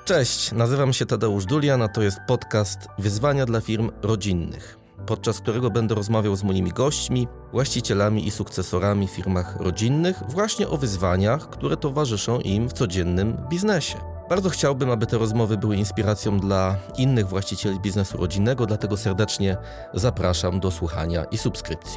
Cześć, nazywam się Tadeusz Dulian, a to jest podcast Wyzwania dla firm rodzinnych, podczas którego będę rozmawiał z moimi gośćmi, właścicielami i sukcesorami w firmach rodzinnych właśnie o wyzwaniach, które towarzyszą im w codziennym biznesie. Bardzo chciałbym, aby te rozmowy były inspiracją dla innych właścicieli biznesu rodzinnego, dlatego serdecznie zapraszam do słuchania i subskrypcji.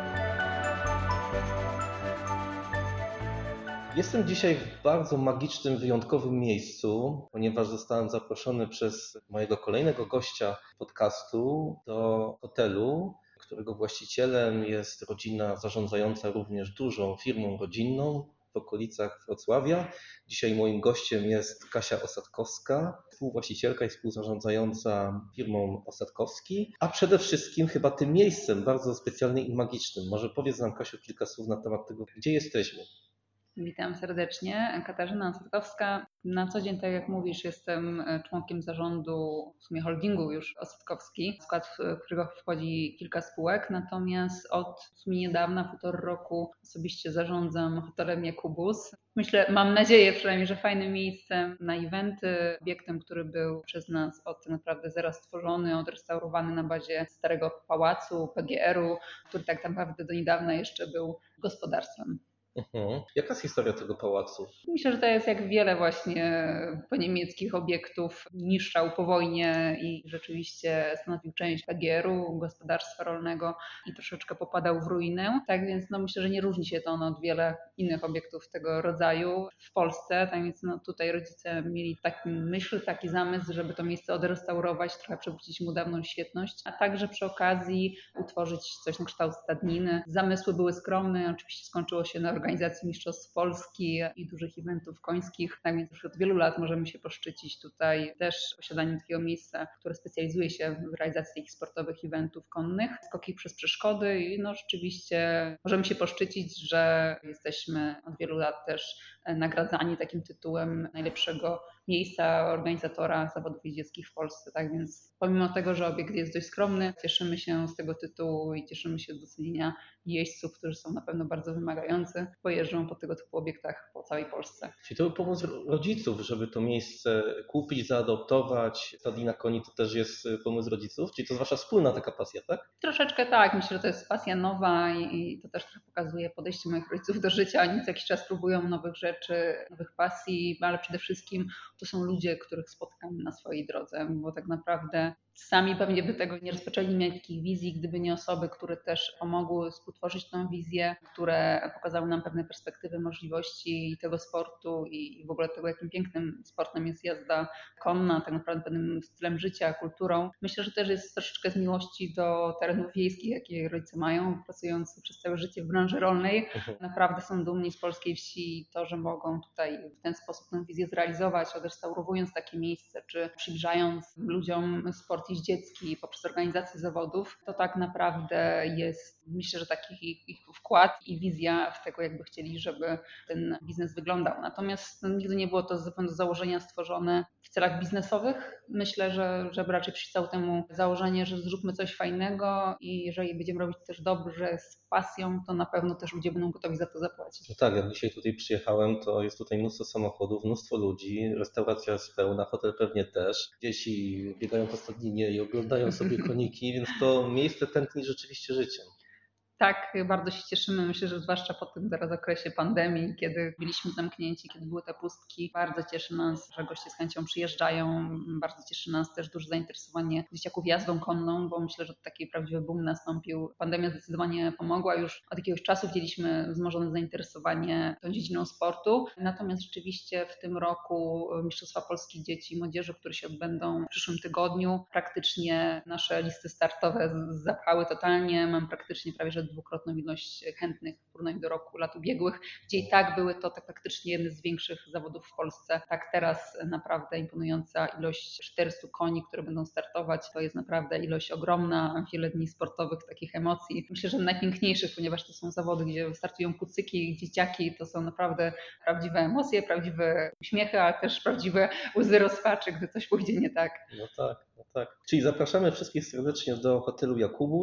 Jestem dzisiaj w bardzo magicznym, wyjątkowym miejscu, ponieważ zostałem zaproszony przez mojego kolejnego gościa podcastu do hotelu, którego właścicielem jest rodzina zarządzająca również dużą firmą rodzinną w okolicach Wrocławia. Dzisiaj moim gościem jest Kasia Osadkowska, współwłaścicielka i współzarządzająca firmą Osadkowski, a przede wszystkim chyba tym miejscem bardzo specjalnym i magicznym. Może powiedz nam, Kasiu, kilka słów na temat tego, gdzie jesteśmy. Witam serdecznie. Katarzyna Osadkowska. Na co dzień, tak jak mówisz, jestem członkiem zarządu, w sumie holdingu już Osadkowski, w skład którego wchodzi kilka spółek, natomiast od w sumie niedawna, 1,5 roku osobiście zarządzam hotelem Jakubus. Myślę, mam nadzieję przynajmniej, że fajnym miejscem na eventy, obiektem, który był przez nas od naprawdę zera stworzony, odrestaurowany na bazie starego pałacu, PGR-u, który tak naprawdę do niedawna jeszcze był gospodarstwem. Jaka jest historia tego pałacu? Myślę, że to jest jak wiele właśnie poniemieckich obiektów, niszczał po wojnie i rzeczywiście stanowił część PGR-u, gospodarstwa rolnego i troszeczkę popadał w ruinę. Tak więc myślę, że nie różni się to od wiele innych obiektów tego rodzaju w Polsce. Tak więc tutaj rodzice mieli taki zamysł, żeby to miejsce odrestaurować, trochę przywrócić mu dawną świetność, a także przy okazji utworzyć coś na kształt stadniny. Zamysły były skromne, oczywiście skończyło się na organizacji Mistrzostw Polski i dużych eventów końskich. Tak więc już od wielu lat możemy się poszczycić tutaj też posiadaniem takiego miejsca, które specjalizuje się w realizacji takich sportowych eventów konnych, skoki przez przeszkody i rzeczywiście możemy się poszczycić, że jesteśmy od wielu lat też nagradzani takim tytułem najlepszego miejsca organizatora zawodów jeździeckich w Polsce. Tak więc pomimo tego, że obiekt jest dość skromny, cieszymy się z tego tytułu i cieszymy się z docenienia jeźdźców, którzy są na pewno bardzo wymagający, bo jeżdżą po tego typu obiektach po całej Polsce. Czyli to był pomysł rodziców, żeby to miejsce kupić, zaadoptować. Stadnina koni to też jest pomysł rodziców? Czyli to jest wasza wspólna taka pasja, tak? Troszeczkę tak. Myślę, że to jest pasja nowa i to też trochę pokazuje podejście moich rodziców do życia. Oni co jakiś czas próbują nowych rzeczy, nowych pasji, ale przede wszystkim to są ludzie, których spotykam na swojej drodze, bo tak naprawdę sami pewnie by tego nie rozpoczęli, nie mieli takich wizji, gdyby nie osoby, które też pomogły współtworzyć tą wizję, które pokazały nam pewne perspektywy, możliwości tego sportu i w ogóle tego, jakim pięknym sportem jest jazda konna, tak naprawdę pewnym stylem życia, kulturą. Myślę, że też jest troszeczkę z miłości do terenów wiejskich, jakie rodzice mają, pracując przez całe życie w branży rolnej. Naprawdę są dumni z polskiej wsi i to, że mogą tutaj w ten sposób tę wizję zrealizować, odrestaurując takie miejsce, czy przybliżając ludziom sport jeździecki poprzez organizację zawodów, to tak naprawdę jest, myślę, że taki ich wkład i wizja w tego, jakby chcieli, żeby ten biznes wyglądał. Natomiast nigdy nie było to z założenia stworzone w celach biznesowych. Myślę, że raczej przystało temu założenie, że zróbmy coś fajnego i jeżeli będziemy robić też dobrze z pasją, to na pewno też ludzie będą gotowi za to zapłacić. No tak, jak dzisiaj tutaj przyjechałem, to jest tutaj mnóstwo samochodów, mnóstwo ludzi, restauracja jest pełna, hotel pewnie też. Dzieci biegają po stadninie i oglądają sobie koniki, więc to miejsce tętni rzeczywiście życiem. Tak, bardzo się cieszymy. Myślę, że zwłaszcza po tym teraz okresie pandemii, kiedy byliśmy zamknięci, kiedy były te pustki, bardzo cieszy nas, że goście z chęcią przyjeżdżają. Bardzo cieszy nas też duże zainteresowanie dzieciaków jazdą konną, bo myślę, że taki prawdziwy boom nastąpił. Pandemia zdecydowanie pomogła. Już od jakiegoś czasu widzieliśmy wzmożone zainteresowanie tą dziedziną sportu. Natomiast rzeczywiście w tym roku Mistrzostwa Polski Dzieci i Młodzieży, które się odbędą w przyszłym tygodniu, praktycznie nasze listy startowe zapchały totalnie. Mam praktycznie prawie że dwukrotną ilość chętnych w porównaniu do lat ubiegłych, gdzie i tak były to tak praktycznie jedne z większych zawodów w Polsce. Tak teraz naprawdę imponująca ilość 400 koni, które będą startować. To jest naprawdę ilość ogromna, wiele dni sportowych, takich emocji. Myślę, że najpiękniejszych, ponieważ to są zawody, gdzie startują kucyki, dzieciaki, to są naprawdę prawdziwe emocje, prawdziwe uśmiechy, ale też prawdziwe łzy rozpaczy, gdy coś pójdzie nie tak. No tak. Czyli zapraszamy wszystkich serdecznie do hotelu Jakubus.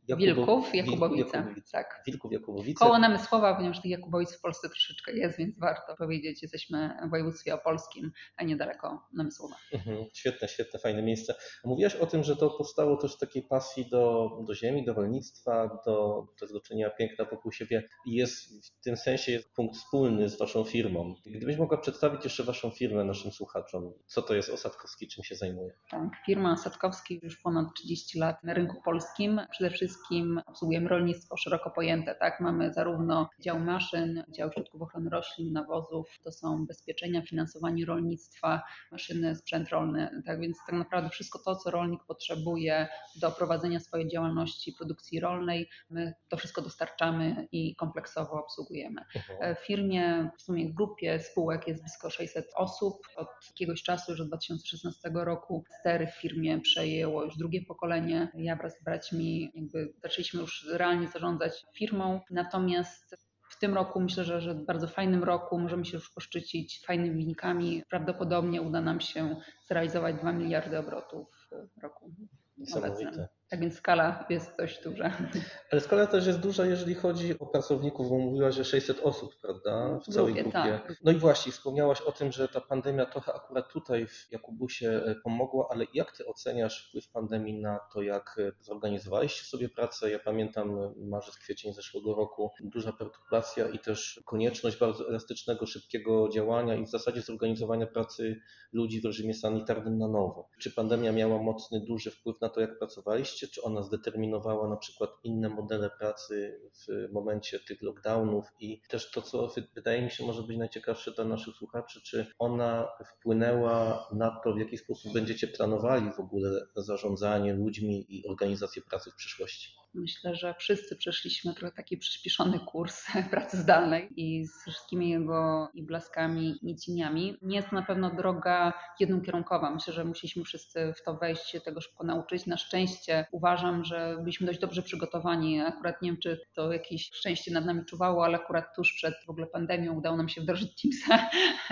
Wilków, Wilków Jakubowice. Jakubowice. Tak. Wilków Jakubowice. Koło Namysłowa, ponieważ tych Jakubowic w Polsce troszeczkę jest, więc warto powiedzieć, jesteśmy w województwie opolskim, a niedaleko Namysłowa. Świetne, świetne, fajne miejsce. Mówiłaś o tym, że to powstało też z takiej pasji do ziemi, do rolnictwa, do tego czynienia piękna wokół siebie i jest w tym sensie jest punkt wspólny z Waszą firmą. Gdybyś mogła przedstawić jeszcze Waszą firmę naszym słuchaczom, co to jest Osadkowski, czym się zajmuje? Tak, firma Osadkowski już ponad 30 lat na rynku polskim. Przede wszystkim obsługujemy rolnictwo szeroko pojęte. Tak? Mamy zarówno dział maszyn, dział środków ochrony roślin, nawozów, to są bezpieczenia, finansowanie rolnictwa, maszyny, sprzęt rolny. Tak więc tak naprawdę wszystko to, co rolnik potrzebuje do prowadzenia swojej działalności, produkcji rolnej, my to wszystko dostarczamy i kompleksowo obsługujemy. W firmie, w sumie w grupie spółek jest blisko 600 osób. Od jakiegoś czasu, już od 2016 roku, stery w firmie przejęło już drugie pokolenie. Ja wraz z braćmi zaczęliśmy już realnie zarządzać firmą. Natomiast w tym roku myślę, że bardzo fajnym roku, możemy się już poszczycić fajnymi wynikami. Prawdopodobnie uda nam się zrealizować 2 miliardy obrotów w roku obecnym. Tak więc skala jest dość duża. Ale skala też jest duża, jeżeli chodzi o pracowników, bo mówiłaś, że 600 osób, prawda, w całej grupie. Tak. No i właśnie, wspomniałaś o tym, że ta pandemia trochę akurat tutaj w Jakubusie pomogła, ale jak Ty oceniasz wpływ pandemii na to, jak zorganizowaliście sobie pracę? Ja pamiętam marzec, kwiecień zeszłego roku, duża perturbacja i też konieczność bardzo elastycznego, szybkiego działania i w zasadzie zorganizowania pracy ludzi w reżimie sanitarnym na nowo. Czy pandemia miała mocny, duży wpływ na to, jak pracowaliście? Czy ona zdeterminowała na przykład inne modele pracy w momencie tych lockdownów i też to, co wydaje mi się może być najciekawsze dla naszych słuchaczy, czy ona wpłynęła na to, w jaki sposób będziecie planowali w ogóle zarządzanie ludźmi i organizację pracy w przyszłości? Myślę, że wszyscy przeszliśmy trochę taki przyspieszony kurs pracy zdalnej i z wszystkimi jego i blaskami, i cieniami. Nie jest to na pewno droga jednokierunkowa. Myślę, że musieliśmy wszyscy w to wejść, się tego szybko nauczyć. Na szczęście uważam, że byliśmy dość dobrze przygotowani. Akurat nie wiem, czy to jakieś szczęście nad nami czuwało, ale akurat tuż przed w ogóle pandemią udało nam się wdrożyć Teamsa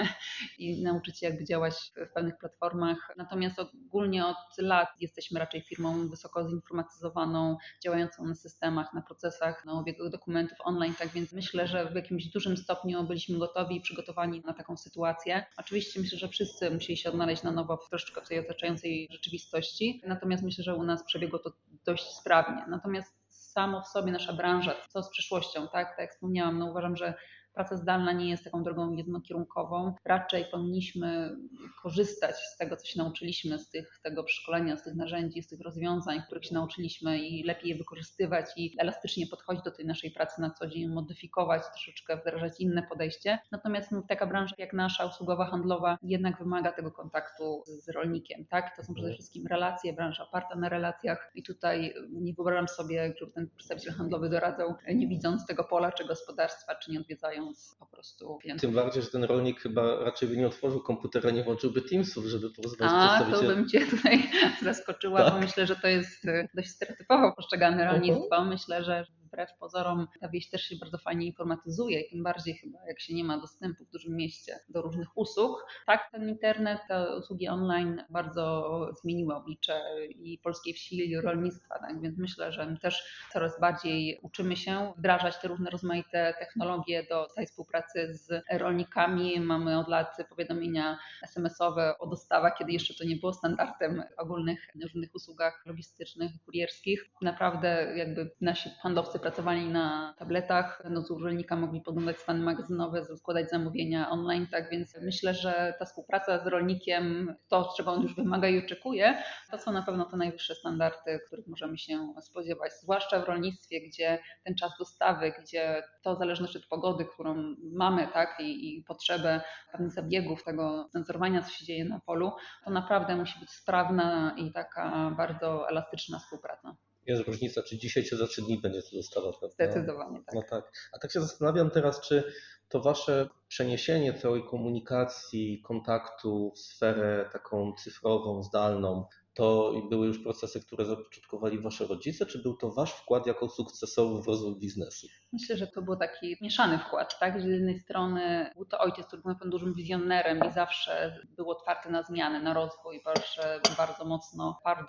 i nauczyć się jakby działać w pewnych platformach. Natomiast ogólnie od lat jesteśmy raczej firmą wysoko zinformatyzowaną, działającą na systemach, na procesach, na obiegu dokumentów online, tak więc myślę, że w jakimś dużym stopniu byliśmy gotowi i przygotowani na taką sytuację. Oczywiście myślę, że wszyscy musieli się odnaleźć na nowo troszeczkę w tej otaczającej rzeczywistości, natomiast myślę, że u nas przebiegło to dość sprawnie. Natomiast samo w sobie nasza branża, co z przyszłością, tak jak wspomniałam, uważam, że praca zdalna nie jest taką drogą jednokierunkową. Raczej powinniśmy korzystać z tego, co się nauczyliśmy, z tego szkolenia, z tych narzędzi, z tych rozwiązań, których się nauczyliśmy i lepiej je wykorzystywać i elastycznie podchodzić do tej naszej pracy na co dzień, modyfikować, troszeczkę wdrażać inne podejście. Natomiast taka branża jak nasza, usługowa, handlowa, jednak wymaga tego kontaktu z rolnikiem. Tak? To są przede wszystkim relacje, branża oparta na relacjach i tutaj nie wyobrażam sobie, żeby ten przedstawiciel handlowy doradzał, nie widząc tego pola czy gospodarstwa, czy nie odwiedzając po prostu klientów. Tym bardziej, że ten rolnik chyba raczej by nie otworzył komputera, nie włączyłby Teamsów, żeby porozmawiać z To przedstawicielem. bym Cię tutaj zaskoczyła, tak? Bo myślę, że to jest dość stereotypowo postrzegane rolnictwo. Myślę, że wbrew pozorom ta wieś też się bardzo fajnie informatyzuje i tym bardziej chyba jak się nie ma dostępu w dużym mieście do różnych usług. Tak, ten internet, te usługi online bardzo zmieniły oblicze i polskiej wsi, i rolnictwa, tak? Więc myślę, że my też coraz bardziej uczymy się wdrażać te różne rozmaite technologie do tej współpracy z rolnikami. Mamy od lat powiadomienia SMS-owe o dostawach, kiedy jeszcze to nie było standardem w ogólnych różnych usługach logistycznych, kurierskich. Naprawdę jakby nasi handlowcy pracowali na tabletach, z urzędnika mogli podglądać stany magazynowe, składać zamówienia online, tak więc myślę, że ta współpraca z rolnikiem, to czego on już wymaga i oczekuje, to są na pewno te najwyższe standardy, których możemy się spodziewać, zwłaszcza w rolnictwie, gdzie ten czas dostawy, gdzie to w zależności od pogody, którą mamy, tak, i potrzebę pewnych zabiegów, tego sensorowania, co się dzieje na polu, to naprawdę musi być sprawna i taka bardzo elastyczna współpraca. Jest różnica, czy dzisiaj, czy za 3 dni będzie to dostawa, prawda? Zdecydowanie tak. No tak. A tak się zastanawiam teraz, czy to wasze przeniesienie całej komunikacji, kontaktu w sferę taką cyfrową, zdalną, to były już procesy, które zapoczątkowali wasi rodzice, czy był to wasz wkład jako sukcesowy w rozwój biznesu? Myślę, że to był taki mieszany wkład, tak? Z jednej strony był to ojciec, który był na pewno dużym wizjonerem i zawsze był otwarty na zmiany, na rozwój, bardzo mocno parł do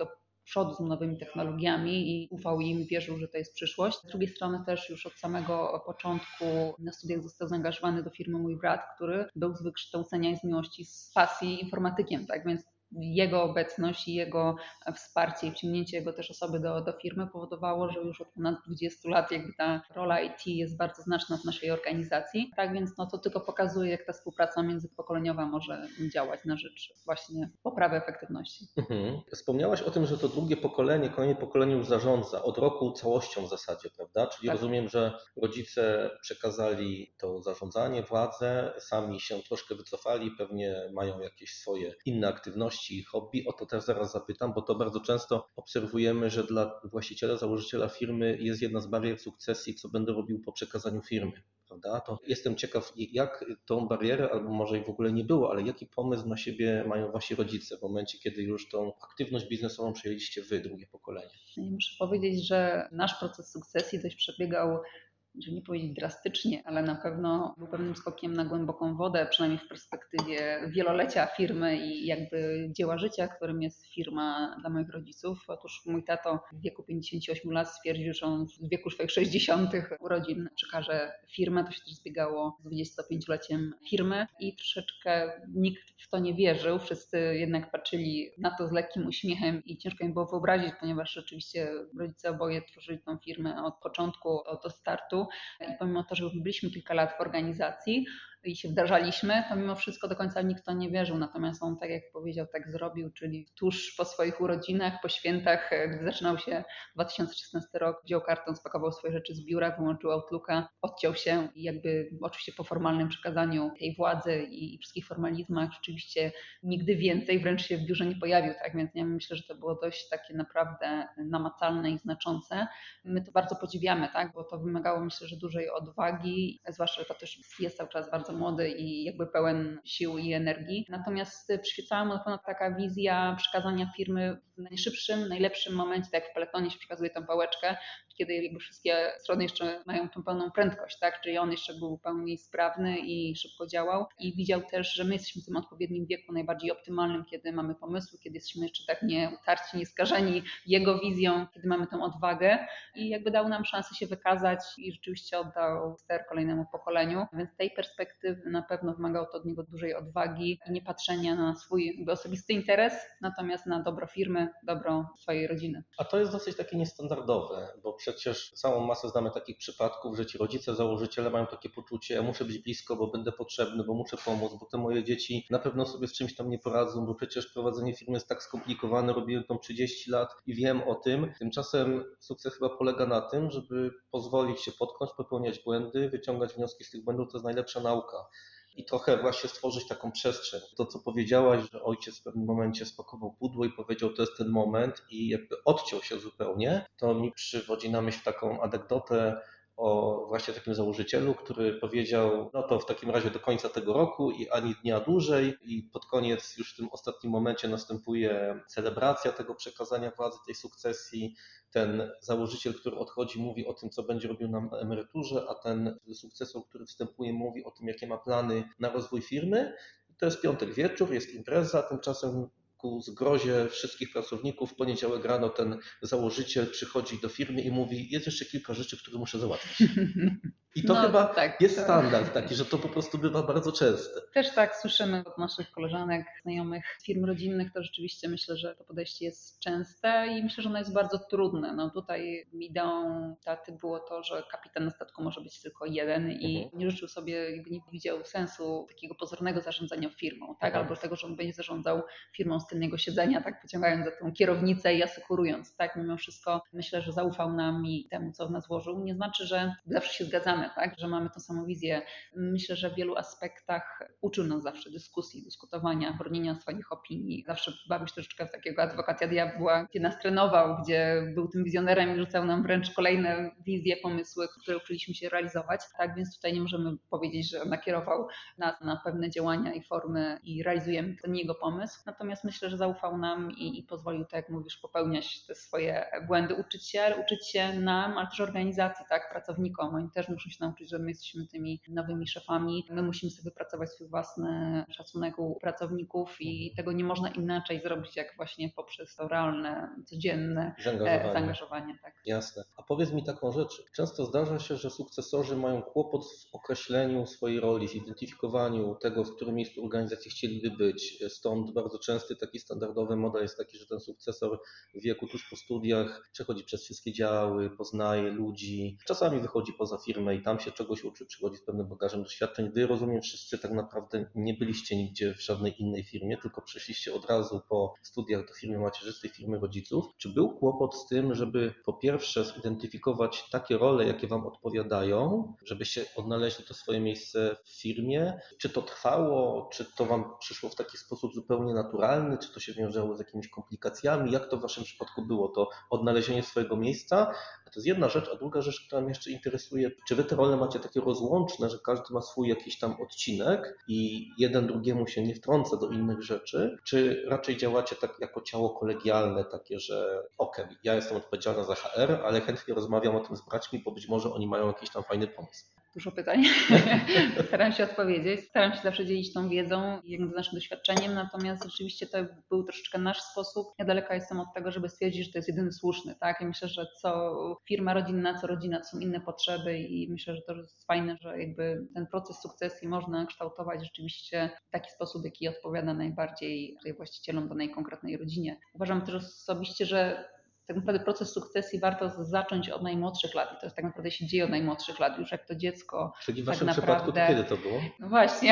przodu z nowymi technologiami i ufał im, wierzył, że to jest przyszłość. Z drugiej strony też już od samego początku na studiach został zaangażowany do firmy mój brat, który był z wykształcenia i z miłości, z pasji informatykiem, tak więc jego obecność i jego wsparcie i wciągnięcie jego też osoby do firmy powodowało, że już od ponad 20 lat jakby ta rola IT jest bardzo znaczna w naszej organizacji. Tak więc to tylko pokazuje, jak ta współpraca międzypokoleniowa może działać na rzecz właśnie poprawy efektywności. Wspomniałaś o tym, że to drugie pokolenie, kolejne pokolenie już zarządza od roku całością w zasadzie, prawda? Czyli Tak. rozumiem, że rodzice przekazali to zarządzanie, władzę, sami się troszkę wycofali, pewnie mają jakieś swoje inne aktywności, hobby. O to też zaraz zapytam, bo to bardzo często obserwujemy, że dla właściciela, założyciela firmy jest jedna z barier sukcesji, co będę robił po przekazaniu firmy. Prawda? To jestem ciekaw, jak tą barierę, albo może jej w ogóle nie było, ale jaki pomysł na siebie mają wasi rodzice w momencie, kiedy już tą aktywność biznesową przejęliście wy, drugie pokolenie? Muszę powiedzieć, że nasz proces sukcesji dość przebiegał, żeby nie powiedzieć drastycznie, ale na pewno był pewnym skokiem na głęboką wodę, przynajmniej w perspektywie wielolecia firmy i jakby dzieła życia, którym jest firma dla moich rodziców. Otóż mój tato w wieku 58 lat stwierdził, że on w wieku swoich 60 urodzin przekaże firmę. To się też zbiegało z 25-leciem firmy i troszeczkę nikt w to nie wierzył. Wszyscy jednak patrzyli na to z lekkim uśmiechem i ciężko im było wyobrazić, ponieważ rzeczywiście rodzice oboje tworzyli tą firmę od początku do startu. I pomimo to, że już byliśmy kilka lat w organizacji i się wdrażaliśmy, to mimo wszystko do końca nikt w to nie wierzył. Natomiast on, tak jak powiedział, tak zrobił, czyli tuż po swoich urodzinach, po świętach, gdy zaczynał się 2016 rok, wziął karton, spakował swoje rzeczy z biura, wyłączył Outlooka, odciął się i jakby oczywiście po formalnym przekazaniu tej władzy i wszystkich formalizmach rzeczywiście nigdy więcej wręcz się w biurze nie pojawił. Tak więc ja myślę, że to było dość takie naprawdę namacalne i znaczące. My to bardzo podziwiamy, tak, bo to wymagało, myślę, że dużej odwagi, zwłaszcza, że to też jest cały czas bardzo młody i jakby pełen sił i energii. Natomiast przyświecała mu na pewno taka wizja przekazania firmy w najszybszym, najlepszym momencie, tak jak w peletonie się przekazuje tą pałeczkę, kiedy jakby wszystkie strony jeszcze mają tą pełną prędkość, tak? Czyli on jeszcze był pełni sprawny i szybko działał i widział też, że my jesteśmy w tym odpowiednim wieku, najbardziej optymalnym, kiedy mamy pomysły, kiedy jesteśmy jeszcze tak nie utarci, nie skażeni jego wizją, kiedy mamy tę odwagę i jakby dał nam szansę się wykazać i rzeczywiście oddał ster kolejnemu pokoleniu, więc z tej perspektywy na pewno wymagało to od niego dużej odwagi i nie patrzenia na swój jakby osobisty interes, natomiast na dobro firmy, dobro swojej rodziny. A to jest dosyć takie niestandardowe, bo przecież całą masę znamy takich przypadków, że ci rodzice, założyciele mają takie poczucie, ja muszę być blisko, bo będę potrzebny, bo muszę pomóc, bo te moje dzieci na pewno sobie z czymś tam nie poradzą, bo przecież prowadzenie firmy jest tak skomplikowane, robiłem to 30 lat i wiem o tym. Tymczasem sukces chyba polega na tym, żeby pozwolić się potknąć, popełniać błędy, wyciągać wnioski z tych błędów, to jest najlepsza nauka. I trochę właśnie stworzyć taką przestrzeń. To, co powiedziałaś, że ojciec w pewnym momencie spakował pudło i powiedział, to jest ten moment i jakby odciął się zupełnie, to mi przywodzi na myśl taką anegdotę o właśnie takim założycielu, który powiedział, no to w takim razie do końca tego roku i ani dnia dłużej i pod koniec już w tym ostatnim momencie następuje celebracja tego przekazania władzy, tej sukcesji. Ten założyciel, który odchodzi, mówi o tym, co będzie robił na emeryturze, a ten sukcesor, który wstępuje, mówi o tym, jakie ma plany na rozwój firmy. To jest piątek wieczór, jest impreza, tymczasem ku zgrozie wszystkich pracowników w poniedziałek rano ten założyciel przychodzi do firmy i mówi, jest jeszcze kilka rzeczy, które muszę załatwić. I to chyba tak, jest standard taki, że to po prostu bywa bardzo częste. Też tak słyszymy od naszych koleżanek, znajomych z firm rodzinnych, to rzeczywiście myślę, że to podejście jest częste i myślę, że ono jest bardzo trudne. No tutaj ideą taty było to, że kapitan na statku może być tylko jeden i nie życzył sobie, jakby nie widział sensu takiego pozornego zarządzania firmą, tak? Albo tego, że on będzie zarządzał firmą z tylnego siedzenia, tak pociągając za tą kierownicę i asekurując, tak? Mimo wszystko myślę, że zaufał nam i temu, co w nas włożył. Nie znaczy, że zawsze się zgadzamy, tak? Że mamy tą samą wizję. Myślę, że w wielu aspektach uczył nas zawsze dyskusji, dyskutowania, bronienia swoich opinii. Zawsze bawił się troszeczkę w takiego adwokacja diabła, gdzie nas trenował, gdzie był tym wizjonerem i rzucał nam wręcz kolejne wizje, pomysły, które uczyliśmy się realizować. Tak więc tutaj nie możemy powiedzieć, że nakierował nas na pewne działania i formy i realizujemy ten jego pomysł. Natomiast myślę, że zaufał nam i pozwolił, tak jak mówisz, popełniać te swoje błędy, uczyć się nam, ale też organizacji, tak, pracownikom. Oni też muszą się się nauczyć, że my jesteśmy tymi nowymi szefami. My musimy sobie wypracować swój własny szacunek u pracowników i tego nie można inaczej zrobić, jak właśnie poprzez to realne, codzienne zaangażowanie. Tak. Jasne. A powiedz mi taką rzecz. Często zdarza się, że sukcesorzy mają kłopot w określeniu swojej roli, w identyfikowaniu tego, w którym miejscu organizacji chcieliby być. Stąd bardzo częsty taki standardowy model jest taki, że ten sukcesor w wieku tuż po studiach przechodzi przez wszystkie działy, poznaje ludzi, czasami wychodzi poza firmę i tam się czegoś uczy, przychodzi z pewnym bagażem doświadczeń. Wy, rozumiem, wszyscy tak naprawdę nie byliście nigdzie w żadnej innej firmie, tylko przyszliście od razu po studiach do firmy macierzystej, firmy rodziców. Czy był kłopot z tym, żeby po pierwsze zidentyfikować takie role, jakie Wam odpowiadają, żebyście odnaleźli to swoje miejsce w firmie? Czy to trwało? Czy to Wam przyszło w taki sposób zupełnie naturalny? Czy to się wiązało z jakimiś komplikacjami? Jak to w Waszym przypadku było? To odnalezienie swojego miejsca? To jest jedna rzecz, a druga rzecz, która mnie jeszcze interesuje, czy Wy te role macie takie rozłączne, że każdy ma swój jakiś tam odcinek i jeden drugiemu się nie wtrąca do innych rzeczy, czy raczej działacie tak jako ciało kolegialne, takie, że okej, ja jestem odpowiedzialna za HR, ale chętnie rozmawiam o tym z braćmi, bo być może oni mają jakiś tam fajny pomysł. Dużo pytań. Staram się odpowiedzieć. Staram się zawsze dzielić tą wiedzą i naszym doświadczeniem, natomiast rzeczywiście to był troszeczkę nasz sposób. Ja daleka jestem od tego, żeby stwierdzić, że to jest jedyny słuszny. Tak? I myślę, że co firma rodzinna, co rodzina, to są inne potrzeby i myślę, że to jest fajne, że jakby ten proces sukcesji można kształtować rzeczywiście w taki sposób, jaki odpowiada najbardziej tutaj właścicielom danej konkretnej rodzinie. Uważam też osobiście, że tak naprawdę proces sukcesji warto zacząć od najmłodszych lat i to jest tak naprawdę się dzieje od najmłodszych lat, już jak to dziecko. Czyli w tak Waszym naprawdę... przypadku to kiedy to było? No właśnie,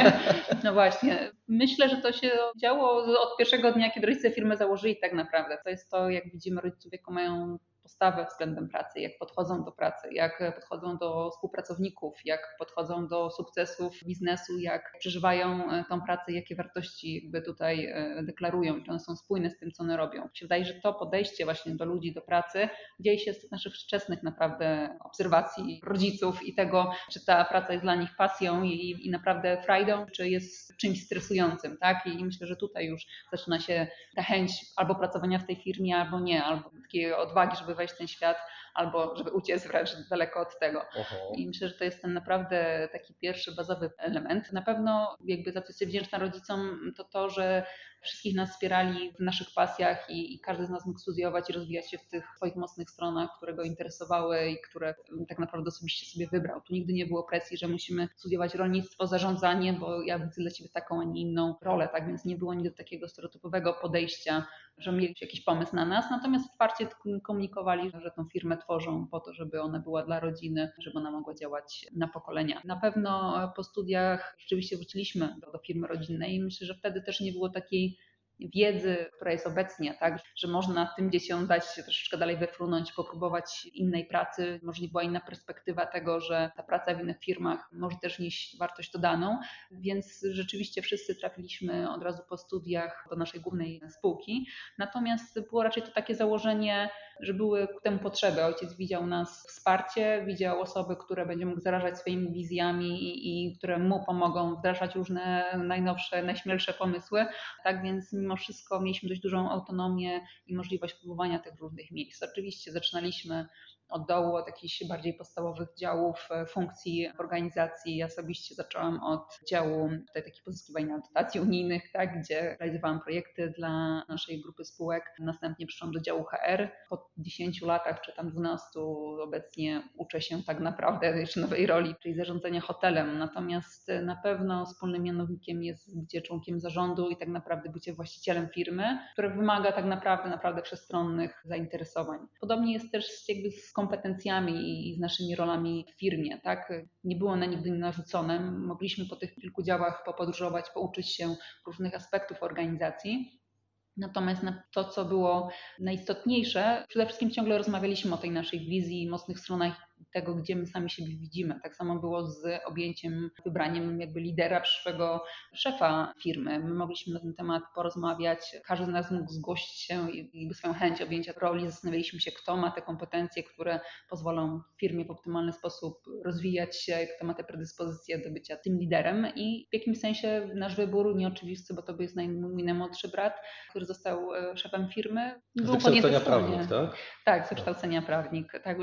no właśnie. Myślę, że to się działo od pierwszego dnia, kiedy rodzice firmę założyli tak naprawdę. To jest to, jak widzimy rodziców, jaką mają postawę względem pracy, jak podchodzą do pracy, jak podchodzą do współpracowników, jak podchodzą do sukcesów biznesu, jak przeżywają tą pracę, jakie wartości jakby tutaj deklarują, czy one są spójne z tym, co one robią. Mi się wydaje, że to podejście właśnie do ludzi, do pracy dzieje się z tych naszych wczesnych naprawdę obserwacji rodziców i tego, czy ta praca jest dla nich pasją i naprawdę frajdą, czy jest czymś stresującym, tak? I myślę, że tutaj już zaczyna się ta chęć albo pracowania w tej firmie, albo nie, albo takiej odwagi, żeby wejść w ten świat, albo żeby uciec wręcz daleko od tego. I myślę, że to jest ten naprawdę taki pierwszy bazowy element. Na pewno jakby za co jestem wdzięczna rodzicom, to, że wszystkich nas wspierali w naszych pasjach i każdy z nas mógł studiować i rozwijać się w tych swoich mocnych stronach, które go interesowały i które tak naprawdę osobiście sobie wybrał. Tu nigdy nie było presji, że musimy studiować rolnictwo, zarządzanie, bo ja widzę dla ciebie taką, a nie inną rolę, tak więc nie było nigdy takiego stereotypowego podejścia, że mieli jakiś pomysł na nas, natomiast otwarcie komunikowali, że tą firmę tworzą po to, żeby ona była dla rodziny, żeby ona mogła działać na pokolenia. Na pewno po studiach rzeczywiście wróciliśmy do firmy rodzinnej i myślę, że wtedy też nie było takiej wiedzy, która jest obecnie, tak, że można tym dzieciom dać się troszeczkę dalej wyfrunąć, popróbować innej pracy, może nie była inna perspektywa tego, że ta praca w innych firmach może też nieść wartość dodaną, więc rzeczywiście wszyscy trafiliśmy od razu po studiach do naszej głównej spółki, natomiast było raczej to takie założenie, że były ku temu potrzeby. Ojciec widział nas wsparcie, widział osoby, które będzie mógł zarażać swoimi wizjami i które mu pomogą wdrażać różne najnowsze, najśmielsze pomysły, tak więc mimo wszystko mieliśmy dość dużą autonomię i możliwość próbowania tych różnych miejsc. Oczywiście zaczynaliśmy od dołu, od jakichś bardziej podstawowych działów, funkcji w organizacji. Ja osobiście zaczęłam od działu tutaj takich pozyskiwania dotacji unijnych, tak, gdzie realizowałam projekty dla naszej grupy spółek. Następnie przyszłam do działu HR. Po 10 latach, czy tam 12 obecnie uczę się tak naprawdę jeszcze nowej roli, czyli zarządzania hotelem. Natomiast na pewno wspólnym mianownikiem jest bycie członkiem zarządu i tak naprawdę bycie właścicielem firmy, które wymaga tak naprawdę wszechstronnych zainteresowań. Podobnie jest też jakby z kompetencjami i z naszymi rolami w firmie, tak? Nie było one nigdy narzucone. Mogliśmy po tych kilku działach popodróżować, pouczyć się różnych aspektów organizacji. Natomiast to, co było najistotniejsze, przede wszystkim ciągle rozmawialiśmy o tej naszej wizji, mocnych stronach tego, gdzie my sami siebie widzimy. Tak samo było z objęciem, wybraniem jakby lidera, przyszłego szefa firmy. My mogliśmy na ten temat porozmawiać, każdy z nas mógł zgłosić się i swoją chęć objęcia roli. Zastanawialiśmy się, kto ma te kompetencje, które pozwolą firmie w optymalny sposób rozwijać się, kto ma te predyspozycje do bycia tym liderem i w jakimś sensie nasz wybór, nieoczywisty, bo to jest mój najmłodszy brat, który został szefem firmy. Z wykształcenia prawnik, tak? Tak, z wykształcenia prawnik. Tak więc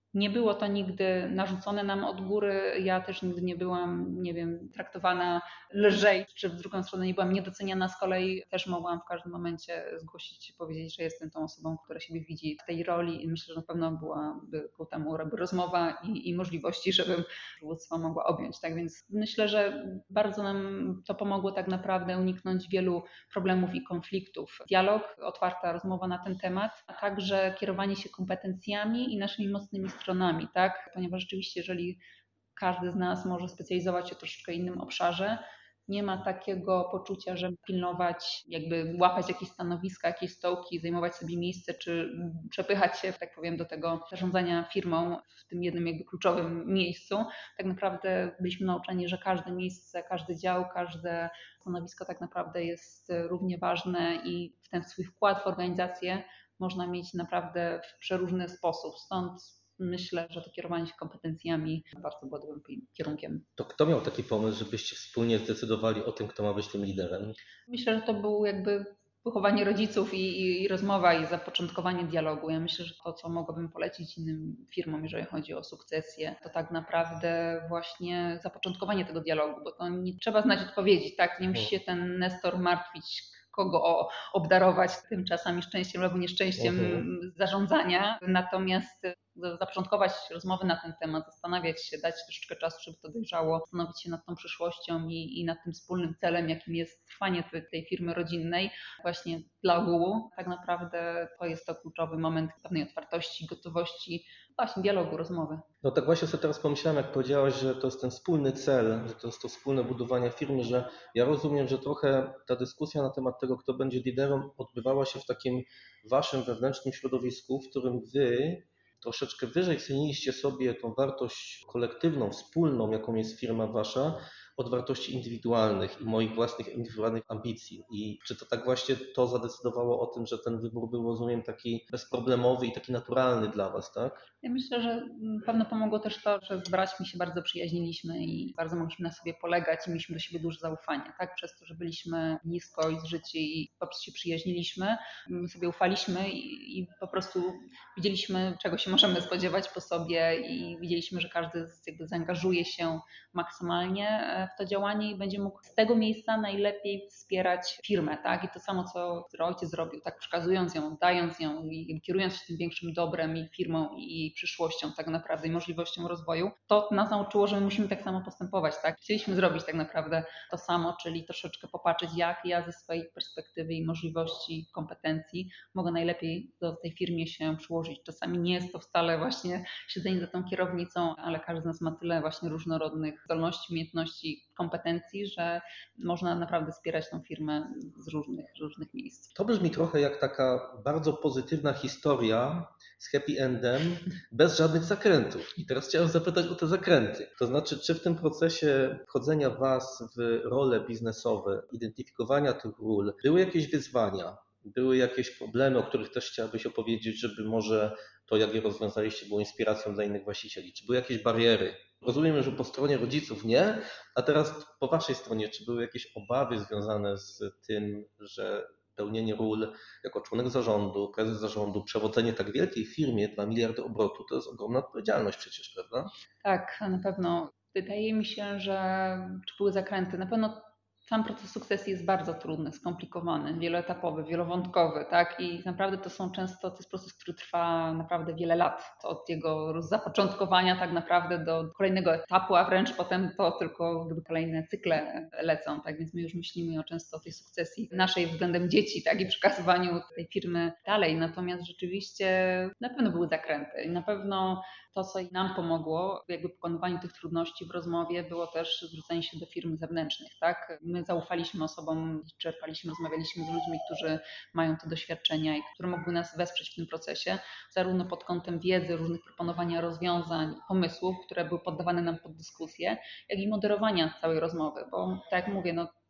Nie było to nigdy narzucone nam od góry. Ja też nigdy nie byłam, nie wiem, traktowana lżej, czy w drugą stronę nie byłam niedoceniana. Z kolei też mogłam w każdym momencie zgłosić, powiedzieć, że jestem tą osobą, która siebie widzi w tej roli i myślę, że na pewno byłaby ku temu rozmowa i możliwości, żebym przywództwo mogła objąć. Tak więc myślę, że bardzo nam to pomogło tak naprawdę uniknąć wielu problemów i konfliktów. Dialog, otwarta rozmowa na ten temat, a także kierowanie się kompetencjami i naszymi mocnymi stronami, tak? Ponieważ rzeczywiście, jeżeli każdy z nas może specjalizować się w troszeczkę innym obszarze, nie ma takiego poczucia, żeby pilnować, jakby łapać jakieś stanowiska, jakieś stołki, zajmować sobie miejsce, czy przepychać się, tak powiem, do tego zarządzania firmą w tym jednym jakby kluczowym miejscu. Tak naprawdę byliśmy nauczeni, że każde miejsce, każdy dział, każde stanowisko tak naprawdę jest równie ważne i w ten swój wkład w organizację można mieć naprawdę w przeróżny sposób. Stąd myślę, że to kierowanie się kompetencjami bardzo było dobrym kierunkiem. To kto miał taki pomysł, żebyście wspólnie zdecydowali o tym, kto ma być tym liderem? Myślę, że to był jakby wychowanie rodziców i rozmowa i zapoczątkowanie dialogu. Ja myślę, że to, co mogłabym polecić innym firmom, jeżeli chodzi o sukcesję, to tak naprawdę właśnie zapoczątkowanie tego dialogu, bo to nie trzeba znać odpowiedzi, tak? Nie musi się ten nestor martwić, kogo obdarować tym czasami szczęściem albo nieszczęściem zarządzania. Natomiast zapoczątkować rozmowy na ten temat, zastanawiać się, dać troszeczkę czasu, żeby to dojrzało, zastanowić się nad tą przyszłością i nad tym wspólnym celem, jakim jest trwanie tej firmy rodzinnej właśnie dla ogółu. Tak naprawdę to jest to kluczowy moment pewnej otwartości, gotowości, właśnie dialogu, rozmowy. No tak właśnie sobie teraz pomyślałem, jak powiedziałaś, że to jest ten wspólny cel, że to jest to wspólne budowanie firmy, że ja rozumiem, że trochę ta dyskusja na temat tego, kto będzie liderem, odbywała się w takim waszym wewnętrznym środowisku, w którym wy troszeczkę wyżej ceniliście sobie tą wartość kolektywną, wspólną, jaką jest firma wasza, od wartości indywidualnych i moich własnych indywidualnych ambicji. I czy to tak właśnie to zadecydowało o tym, że ten wybór był, rozumiem, taki bezproblemowy i taki naturalny dla was, tak? Ja myślę, że na pewno pomogło też to, że z braćmi się bardzo przyjaźniliśmy i bardzo mogliśmy na sobie polegać i mieliśmy do siebie duże zaufanie, tak? Przez to, że byliśmy blisko i zżyci i po prostu się przyjaźniliśmy, my sobie ufaliśmy i po prostu widzieliśmy, czego się możemy spodziewać po sobie i widzieliśmy, że każdy jakby zaangażuje się maksymalnie w to działanie i będzie mógł z tego miejsca najlepiej wspierać firmę, tak? I to samo, co ojciec zrobił, tak? Przekazując ją, oddając ją i kierując się tym większym dobrem i firmą i przyszłością tak naprawdę i możliwością rozwoju, to nas nauczyło, że my musimy tak samo postępować, tak? Chcieliśmy zrobić tak naprawdę to samo, czyli troszeczkę popatrzeć, jak ja ze swojej perspektywy i możliwości, kompetencji mogę najlepiej do tej firmie się przyłożyć. Czasami nie jest to wcale właśnie siedzenie za tą kierownicą, ale każdy z nas ma tyle właśnie różnorodnych zdolności, umiejętności, kompetencji, że można naprawdę wspierać tą firmę z różnych miejsc. To brzmi trochę jak taka bardzo pozytywna historia z happy endem, bez żadnych zakrętów. I teraz chciałem zapytać o te zakręty. To znaczy, czy w tym procesie wchodzenia Was w role biznesowe, identyfikowania tych ról, były jakieś wyzwania, były jakieś problemy, o których też chciałabyś opowiedzieć, żeby może to, jak je rozwiązaliście, było inspiracją dla innych właścicieli? Czy były jakieś bariery? Rozumiem, że po stronie rodziców nie, a teraz po Waszej stronie, czy były jakieś obawy związane z tym, że pełnienie ról jako członek zarządu, prezes zarządu, przewodzenie tak wielkiej firmie, 2 miliardy obrotu, to jest ogromna odpowiedzialność przecież, prawda? Tak, na pewno. Wydaje mi się, że czy były zakręty? Na pewno sam proces sukcesji jest bardzo trudny, skomplikowany, wieloetapowy, wielowątkowy, tak? I naprawdę to jest proces, który trwa naprawdę wiele lat. To od jego zapoczątkowania tak naprawdę do kolejnego etapu, a wręcz potem to tylko gdyby kolejne cykle lecą, tak? Więc my już myślimy często o tej sukcesji naszej względem dzieci, tak? I przekazywaniu tej firmy dalej. Natomiast rzeczywiście na pewno były zakręty i na pewno to, co nam pomogło w jakby pokonywaniu tych trudności w rozmowie, było też zwrócenie się do firm zewnętrznych, tak? My zaufaliśmy osobom, czerpaliśmy, rozmawialiśmy z ludźmi, którzy mają te doświadczenia i które mogły nas wesprzeć w tym procesie, zarówno pod kątem wiedzy, różnych proponowania rozwiązań, pomysłów, które były poddawane nam pod dyskusję, jak i moderowania całej rozmowy, bo tak jak mówię, no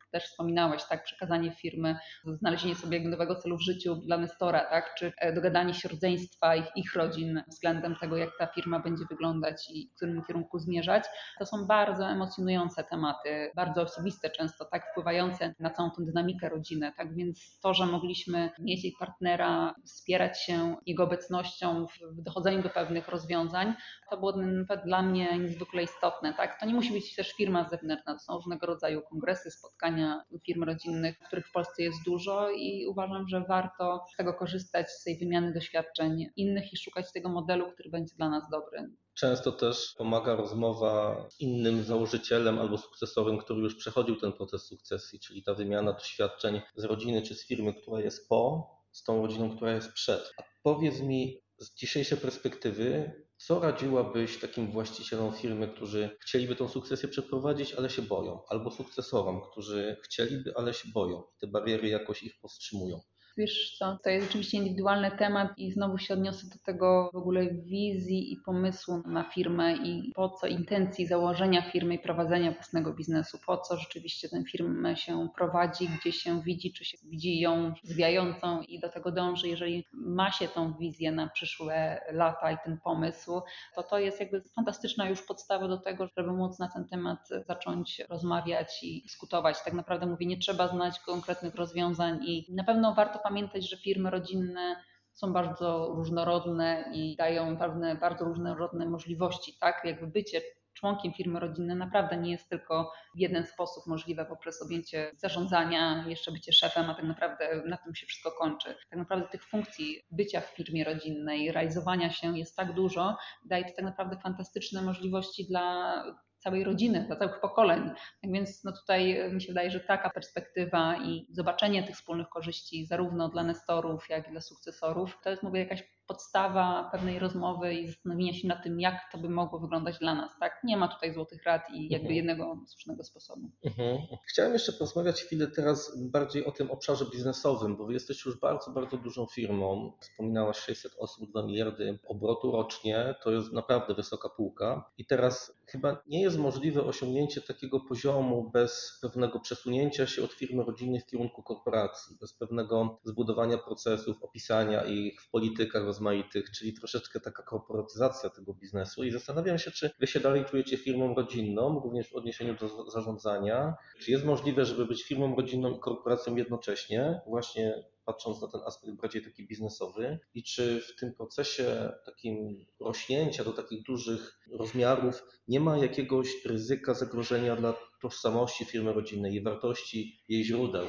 też wspominałeś, tak, przekazanie firmy, znalezienie sobie nowego celu w życiu dla Nestora, tak, czy dogadanie się rodzeństwa, ich rodzin względem tego, jak ta firma będzie wyglądać i w którym kierunku zmierzać. To są bardzo emocjonujące tematy, bardzo osobiste często, tak, wpływające na całą tę dynamikę rodziny, tak, więc to, że mogliśmy mieć jej partnera, wspierać się jego obecnością w dochodzeniu do pewnych rozwiązań, to było dla mnie niezwykle istotne, tak. To nie musi być też firma zewnętrzna, to są różnego rodzaju kongresy, spotkania firm rodzinnych, których w Polsce jest dużo i uważam, że warto z tego korzystać, z tej wymiany doświadczeń innych i szukać tego modelu, który będzie dla nas dobry. Często też pomaga rozmowa z innym założycielem albo sukcesorem, który już przechodził ten proces sukcesji, czyli ta wymiana doświadczeń z rodziny czy z firmy, która jest po, z tą rodziną, która jest przed. A powiedz mi z dzisiejszej perspektywy, co radziłabyś takim właścicielom firmy, którzy chcieliby tą sukcesję przeprowadzić, ale się boją, albo sukcesorom, którzy chcieliby, ale się boją i te bariery jakoś ich powstrzymują? Wiesz co, to jest oczywiście indywidualny temat i znowu się odniosę do tego w ogóle wizji i pomysłu na firmę i po co intencji założenia firmy i prowadzenia własnego biznesu, po co rzeczywiście tę firmę się prowadzi, gdzie się widzi, czy się widzi ją zwijającą i do tego dąży. Jeżeli ma się tą wizję na przyszłe lata i ten pomysł, to jest jakby fantastyczna już podstawa do tego, żeby móc na ten temat zacząć rozmawiać i dyskutować. Tak naprawdę mówię, nie trzeba znać konkretnych rozwiązań i na pewno warto pamiętać, że firmy rodzinne są bardzo różnorodne i dają pewne bardzo różnorodne możliwości, tak? Jakby bycie członkiem firmy rodzinnej naprawdę nie jest tylko w jeden sposób możliwe poprzez objęcie zarządzania, jeszcze bycie szefem, a tak naprawdę na tym się wszystko kończy. Tak naprawdę tych funkcji bycia w firmie rodzinnej, realizowania się jest tak dużo, daje to tak naprawdę fantastyczne możliwości dla całej rodziny, dla całych pokoleń. Tak więc tutaj mi się wydaje, że taka perspektywa i zobaczenie tych wspólnych korzyści zarówno dla nestorów, jak i dla sukcesorów, to jest, mówię, jakaś podstawa pewnej rozmowy i zastanowienia się nad tym, jak to by mogło wyglądać dla nas. Tak? Nie ma tutaj złotych rad i jakby jednego słusznego sposobu. Chciałem jeszcze porozmawiać chwilę teraz bardziej o tym obszarze biznesowym, bo wy jesteście już bardzo, bardzo dużą firmą. Wspominałaś 600 osób, 2 miliardy obrotu rocznie, to jest naprawdę wysoka półka. I teraz chyba nie jest możliwe osiągnięcie takiego poziomu bez pewnego przesunięcia się od firmy rodzinnej w kierunku korporacji, bez pewnego zbudowania procesów, opisania ich w politykach rozmaitych, czyli troszeczkę taka korporatyzacja tego biznesu. I zastanawiam się, czy wy się dalej czujecie firmą rodzinną, również w odniesieniu do zarządzania. Czy jest możliwe, żeby być firmą rodzinną i korporacją jednocześnie, właśnie patrząc na ten aspekt bardziej taki biznesowy i czy w tym procesie takim rośnięcia do takich dużych rozmiarów nie ma jakiegoś ryzyka zagrożenia dla tożsamości firmy rodzinnej, jej wartości, jej źródeł?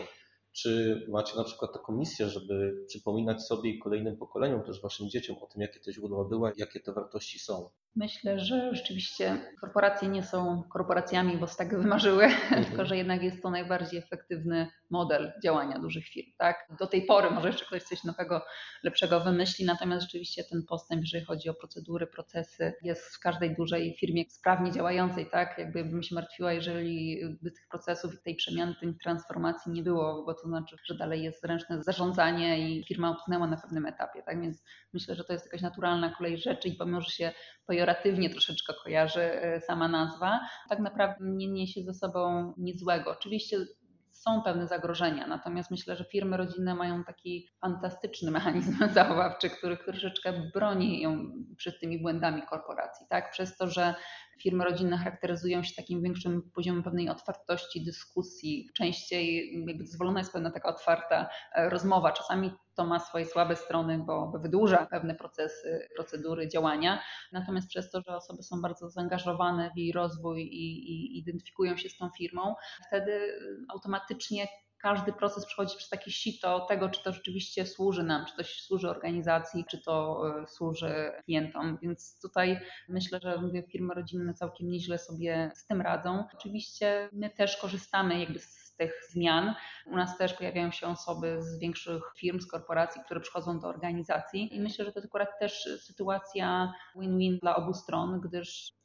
Czy macie na przykład taką misję, żeby przypominać sobie i kolejnym pokoleniom, też waszym dzieciom o tym, jakie te źródła były, jakie te wartości są? Myślę, że rzeczywiście korporacje nie są korporacjami, bo z tak wymarzyły, tylko że jednak jest to najbardziej efektywny model działania dużych firm. Tak? Do tej pory może jeszcze ktoś coś nowego, lepszego wymyśli, natomiast rzeczywiście ten postęp, jeżeli chodzi o procedury, procesy, jest w każdej dużej firmie sprawnie działającej. Tak? Jakby bym się martwiła, jeżeli by tych procesów i tej przemiany, tej transformacji nie było, bo to znaczy, że dalej jest zręczne zarządzanie i firma utknęła na pewnym etapie. Tak? Więc myślę, że to jest jakaś naturalna kolej rzeczy i pomimo, że się pejoratywnie troszeczkę kojarzy sama nazwa, tak naprawdę nie niesie ze sobą nic złego. Oczywiście są pewne zagrożenia, natomiast myślę, że firmy rodzinne mają taki fantastyczny mechanizm zachowawczy, który troszeczkę broni ją przed tymi błędami korporacji, tak? Przez to, że firmy rodzinne charakteryzują się takim większym poziomem pewnej otwartości, dyskusji, częściej jakby dozwolona jest pewna taka otwarta rozmowa. Czasami to ma swoje słabe strony, bo wydłuża pewne procesy, procedury, działania. Natomiast przez to, że osoby są bardzo zaangażowane w jej rozwój i identyfikują się z tą firmą, wtedy automatycznie każdy proces przechodzi przez takie sito tego, czy to rzeczywiście służy nam, czy to służy organizacji, czy to służy klientom. Więc tutaj myślę, że firmy rodzinne całkiem nieźle sobie z tym radzą. Oczywiście my też korzystamy jakby z tych zmian. U nas też pojawiają się osoby z większych firm, z korporacji, które przychodzą do organizacji i myślę, że to jest akurat też sytuacja win-win dla obu stron, gdyż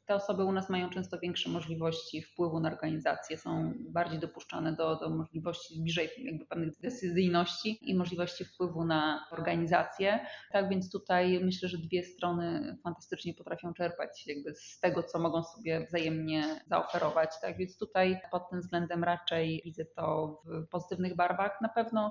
te osoby u nas mają często większe możliwości wpływu na organizację, są bardziej dopuszczane do możliwości bliżej jakby pewnych decyzyjności i możliwości wpływu na organizację. Tak więc tutaj myślę, że dwie strony fantastycznie potrafią czerpać jakby z tego, co mogą sobie wzajemnie zaoferować. Tak więc tutaj pod tym względem raczej widzę to w pozytywnych barwach. Na pewno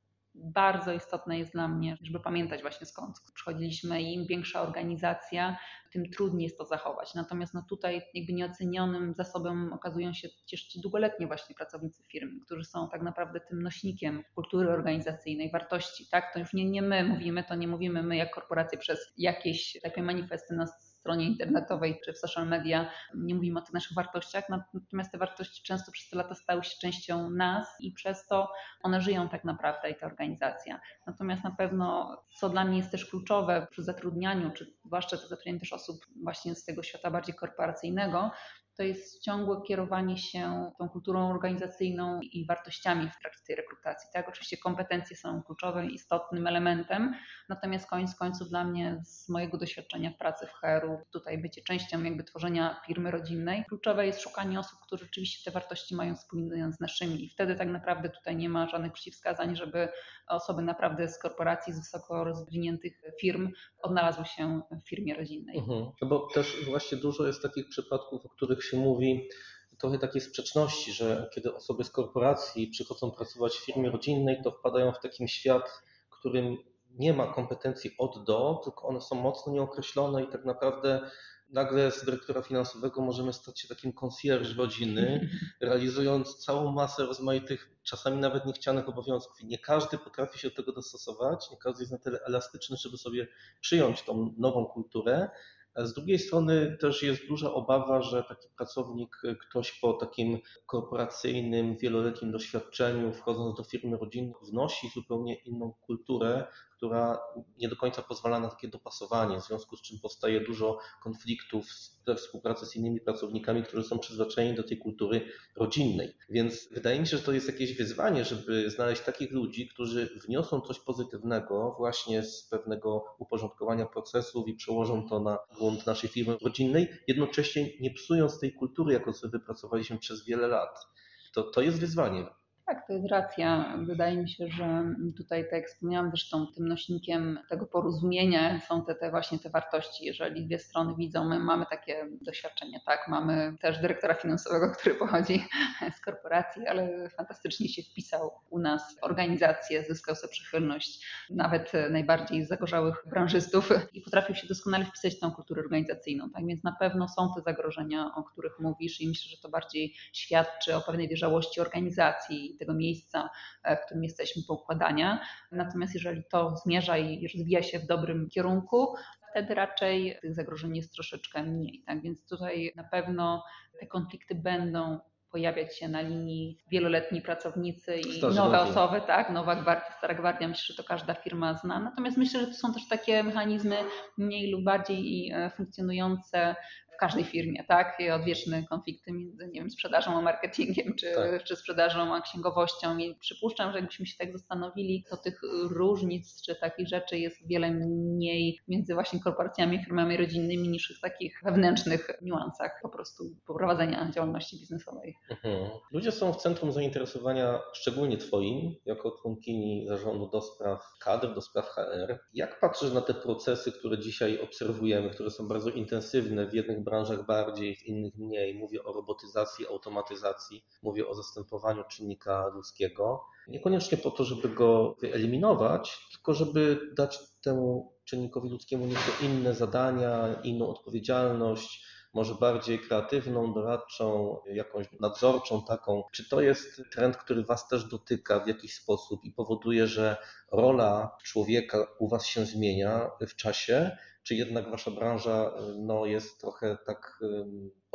bardzo istotne jest dla mnie, żeby pamiętać właśnie skąd przychodziliśmy i im większa organizacja, tym trudniej jest to zachować. Natomiast tutaj jakby nieocenionym zasobem okazują się też ci długoletnie właśnie pracownicy firmy, którzy są tak naprawdę tym nośnikiem kultury organizacyjnej, wartości. Tak? To już nie my mówimy, to nie mówimy my jak korporacje przez jakieś takie manifesty na stronie internetowej czy w social media, nie mówimy o tych naszych wartościach, natomiast te wartości często przez te lata stały się częścią nas i przez to one żyją tak naprawdę i ta organizacja. Natomiast na pewno, co dla mnie jest też kluczowe przy zatrudnianiu, czy zwłaszcza to zatrudnianie też osób właśnie z tego świata bardziej korporacyjnego, to jest ciągłe kierowanie się tą kulturą organizacyjną i wartościami w trakcie tej rekrutacji. Tak, oczywiście kompetencje są kluczowym, istotnym elementem, natomiast koniec końców dla mnie z mojego doświadczenia w pracy w HR-u, tutaj bycie częścią jakby tworzenia firmy rodzinnej, kluczowe jest szukanie osób, które rzeczywiście te wartości mają wspólne z naszymi i wtedy tak naprawdę tutaj nie ma żadnych przeciwwskazań, żeby osoby naprawdę z korporacji, z wysoko rozwiniętych firm odnalazły się w firmie rodzinnej. No bo też właśnie dużo jest takich przypadków, o których się mówi, trochę takiej sprzeczności, że kiedy osoby z korporacji przychodzą pracować w firmie rodzinnej, to wpadają w taki świat, w którym nie ma kompetencji od do, tylko one są mocno nieokreślone i tak naprawdę nagle z dyrektora finansowego możemy stać się takim concierge rodziny, realizując całą masę rozmaitych, czasami nawet niechcianych obowiązków. I nie każdy potrafi się do tego dostosować, nie każdy jest na tyle elastyczny, żeby sobie przyjąć tą nową kulturę. Z drugiej strony też jest duża obawa, że taki pracownik, ktoś po takim korporacyjnym, wieloletnim doświadczeniu, wchodząc do firmy rodzinnej, wnosi zupełnie inną kulturę, która nie do końca pozwala na takie dopasowanie, w związku z czym powstaje dużo konfliktów we współpracy z innymi pracownikami, którzy są przyzwyczajeni do tej kultury rodzinnej. Więc wydaje mi się, że to jest jakieś wyzwanie, żeby znaleźć takich ludzi, którzy wniosą coś pozytywnego właśnie z pewnego uporządkowania procesów i przełożą to na grunt naszej firmy rodzinnej, jednocześnie nie psując tej kultury, jaką sobie wypracowaliśmy przez wiele lat. To jest wyzwanie. Tak, to jest racja. Wydaje mi się, że tutaj, tak jak wspomniałam, zresztą tym nośnikiem tego porozumienia są te właśnie te wartości. Jeżeli dwie strony widzą, my mamy takie doświadczenie, tak, mamy też dyrektora finansowego, który pochodzi z korporacji, ale fantastycznie się wpisał u nas w organizację, zyskał sobie przychylność nawet najbardziej zagorzałych branżystów i potrafił się doskonale wpisać w tą kulturę organizacyjną. Tak więc na pewno są te zagrożenia, o których mówisz i myślę, że to bardziej świadczy o pewnej dojrzałości organizacji, tego miejsca, w którym jesteśmy poukładania. Natomiast jeżeli to zmierza i rozwija się w dobrym kierunku, wtedy raczej tych zagrożeń jest troszeczkę mniej. Tak więc tutaj na pewno te konflikty będą pojawiać się na linii wieloletni pracownicy i nowe osoby, tak, nowa gwardia, stara gwardia, myślę, że to każda firma zna. Natomiast myślę, że to są też takie mechanizmy mniej lub bardziej funkcjonujące w każdej firmie, tak? I odwieczne konflikty między, nie wiem, sprzedażą a marketingiem, czy sprzedażą a księgowością. I przypuszczam, że jakbyśmy się tak zastanowili, to tych różnic czy takich rzeczy jest wiele mniej między właśnie korporacjami, firmami rodzinnymi niż w takich wewnętrznych niuansach po prostu prowadzenia działalności biznesowej. Ludzie są w centrum zainteresowania, szczególnie Twoim, jako członkini zarządu do spraw kadr, do spraw HR. Jak patrzysz na te procesy, które dzisiaj obserwujemy, które są bardzo intensywne, w jednych branżach bardziej, w innych mniej? Mówię o robotyzacji, automatyzacji, mówię o zastępowaniu czynnika ludzkiego. Niekoniecznie po to, żeby go wyeliminować, tylko żeby dać temu czynnikowi ludzkiemu nieco inne zadania, inną odpowiedzialność, może bardziej kreatywną, doradczą, jakąś nadzorczą taką. Czy to jest trend, który Was też dotyka w jakiś sposób i powoduje, że rola człowieka u Was się zmienia w czasie, czy jednak Wasza branża jest trochę tak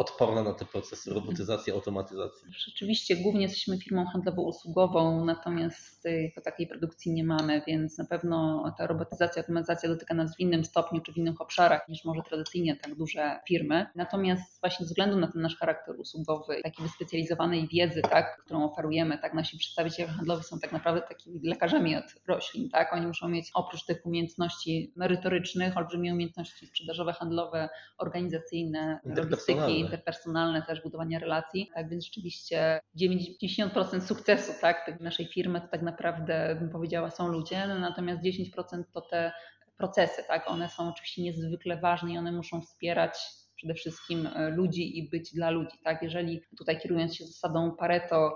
odporna na te procesy robotyzacji, automatyzacji? Rzeczywiście głównie jesteśmy firmą handlowo-usługową, natomiast jako takiej produkcji nie mamy, więc na pewno ta robotyzacja, automatyzacja dotyka nas w innym stopniu czy w innych obszarach niż może tradycyjnie tak duże firmy. Natomiast właśnie ze względu na ten nasz charakter usługowy, takiej wyspecjalizowanej wiedzy, tak, którą oferujemy, tak, nasi przedstawiciele handlowi są tak naprawdę takimi lekarzami od roślin, tak, oni muszą mieć oprócz tych umiejętności merytorycznych, olbrzymie umiejętności sprzedażowe, handlowe, organizacyjne, logistyki, interpersonalne, też budowania relacji, tak więc rzeczywiście 90% sukcesu, tak, tej naszej firmy to tak naprawdę, bym powiedziała, są ludzie, natomiast 10% to te procesy, tak, one są oczywiście niezwykle ważne i one muszą wspierać przede wszystkim ludzi i być dla ludzi, tak, jeżeli tutaj kierując się zasadą Pareto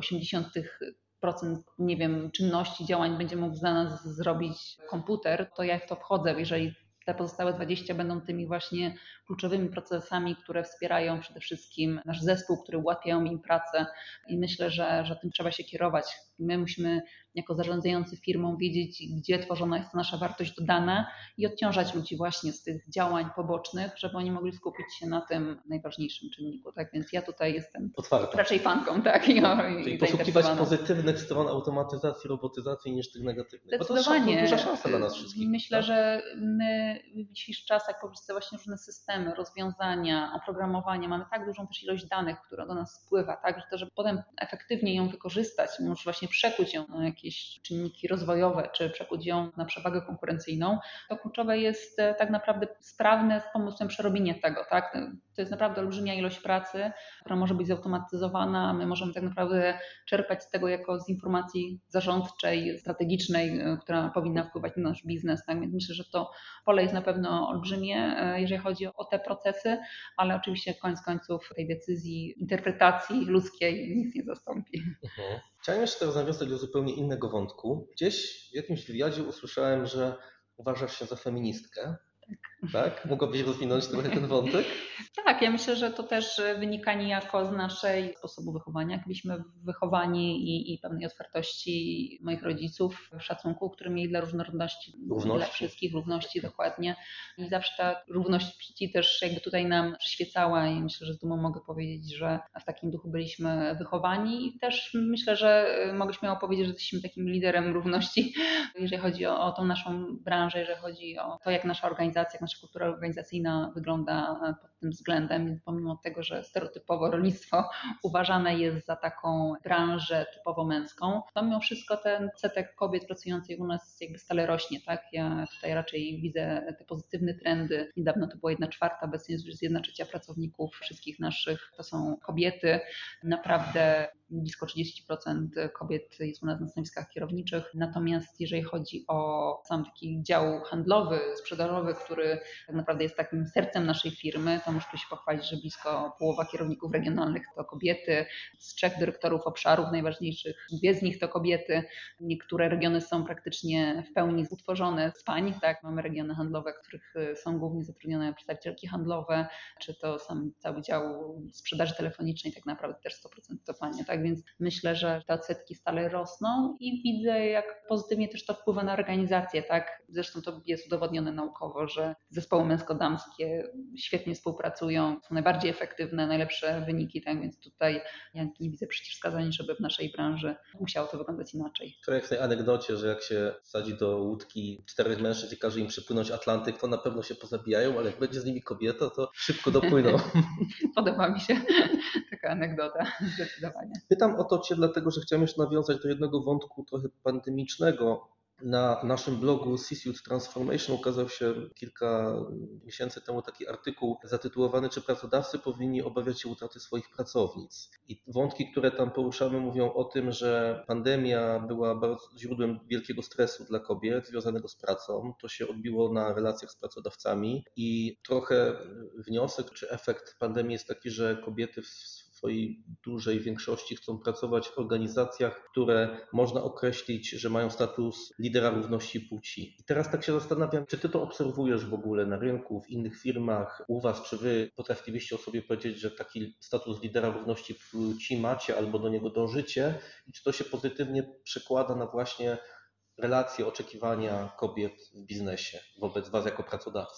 80% nie wiem, czynności, działań będzie mógł za nas zrobić komputer, to ja w to wchodzę, jeżeli te pozostałe 20 będą tymi właśnie kluczowymi procesami, które wspierają przede wszystkim nasz zespół, które ułatwiają im pracę i myślę, że tym trzeba się kierować. My musimy jako zarządzający firmą wiedzieć, gdzie tworzona jest nasza wartość dodana i odciążać ludzi właśnie z tych działań pobocznych, żeby oni mogli skupić się na tym najważniejszym czynniku. Tak więc ja tutaj jestem otwarta, raczej fanką, tak? Czyli poszukiwać pozytywnych stron automatyzacji, robotyzacji niż tych negatywnych. Zdecydowanie. Bo to duża szansa dla nas wszystkich. Myślę, że my w dzisiejszych czasach poprzez te właśnie różne systemy, rozwiązania, oprogramowanie mamy tak dużą też ilość danych, która do nas spływa, tak, że to, żeby potem efektywnie ją wykorzystać, może właśnie przekuć ją na jakieś czynniki rozwojowe, czy przekuć ją na przewagę konkurencyjną, to kluczowe jest tak naprawdę sprawne z pomysłem przerobienie tego, tak. To jest naprawdę olbrzymia ilość pracy, która może być zautomatyzowana, my możemy tak naprawdę czerpać z tego jako z informacji zarządczej, strategicznej, która powinna wpływać na nasz biznes. Tak? Więc myślę, że to pole jest na pewno olbrzymie, jeżeli chodzi o te procesy, ale oczywiście koniec końców tej decyzji, interpretacji ludzkiej nic nie zastąpi. Chciałem jeszcze teraz nawiązać do zupełnie innego wątku. Gdzieś w jakimś wywiadzie usłyszałem, że uważasz się za feministkę. Tak? Mogłabyś rozwinąć trochę ten wątek? Tak, ja myślę, że to też wynika niejako z naszej sposobu wychowania. Jak byliśmy wychowani i pewnej otwartości moich rodziców, szacunku, który mieli dla różnorodności, dla wszystkich, równości dokładnie. I zawsze ta równość płci też jakby tutaj nam przyświecała i myślę, że z dumą mogę powiedzieć, że w takim duchu byliśmy wychowani i też myślę, że mogę śmiało powiedzieć, że jesteśmy takim liderem równości, jeżeli chodzi o tą naszą branżę, jeżeli chodzi o to, jak nasza organizacja, jak nasza kultura organizacyjna wygląda pod tym względem, więc pomimo tego, że stereotypowo rolnictwo uważane jest za taką branżę typowo męską, to mimo wszystko ten setek kobiet pracujących u nas jakby stale rośnie, tak? Ja tutaj raczej widzę te pozytywne trendy. Niedawno to była 1/4, obecnie jest już 1/3 pracowników wszystkich naszych to są kobiety. Naprawdę blisko 30% kobiet jest u nas na stanowiskach kierowniczych. Natomiast jeżeli chodzi o sam taki dział handlowy, sprzedażowy, który tak naprawdę jest takim sercem naszej firmy, to muszę się pochwalić, że blisko połowa kierowników regionalnych to kobiety. Z 3 dyrektorów obszarów najważniejszych 2 z nich to kobiety. Niektóre regiony są praktycznie w pełni utworzone z pań. Tak? Mamy regiony handlowe, w których są głównie zatrudnione przedstawicielki handlowe, czy to sam cały dział sprzedaży telefonicznej, tak naprawdę też 100% to panie. Tak więc myślę, że te odsetki stale rosną i widzę, jak pozytywnie też to wpływa na organizację. Tak? Zresztą to jest udowodnione naukowo, że zespoły męsko-damskie świetnie współpracują, są najbardziej efektywne, najlepsze wyniki, tak więc tutaj ja nie widzę przeciwwskazań, żeby w naszej branży musiało to wyglądać inaczej. To jak w tej anegdocie, że jak się wsadzi do łódki 4 mężczyzn i każe im przepłynąć Atlantyk, to na pewno się pozabijają, ale jak będzie z nimi kobieta, to szybko dopłyną. Podoba mi się taka anegdota, zdecydowanie. Pytam o to Cię dlatego, że chciałem jeszcze nawiązać do jednego wątku trochę pandemicznego. Na naszym blogu C-Suite Transformation ukazał się kilka miesięcy temu taki artykuł zatytułowany Czy pracodawcy powinni obawiać się utraty swoich pracownic? I wątki, które tam poruszamy, mówią o tym, że pandemia była bardzo źródłem wielkiego stresu dla kobiet związanego z pracą. To się odbiło na relacjach z pracodawcami i trochę wniosek czy efekt pandemii jest taki, że kobiety w swojej dużej większości chcą pracować w organizacjach, które można określić, że mają status lidera równości płci. I teraz tak się zastanawiam, czy Ty to obserwujesz w ogóle na rynku, w innych firmach u Was, czy Wy potrafiliście o sobie powiedzieć, że taki status lidera równości płci macie albo do niego dążycie i czy to się pozytywnie przekłada na właśnie relacje, oczekiwania kobiet w biznesie wobec Was jako pracodawcy?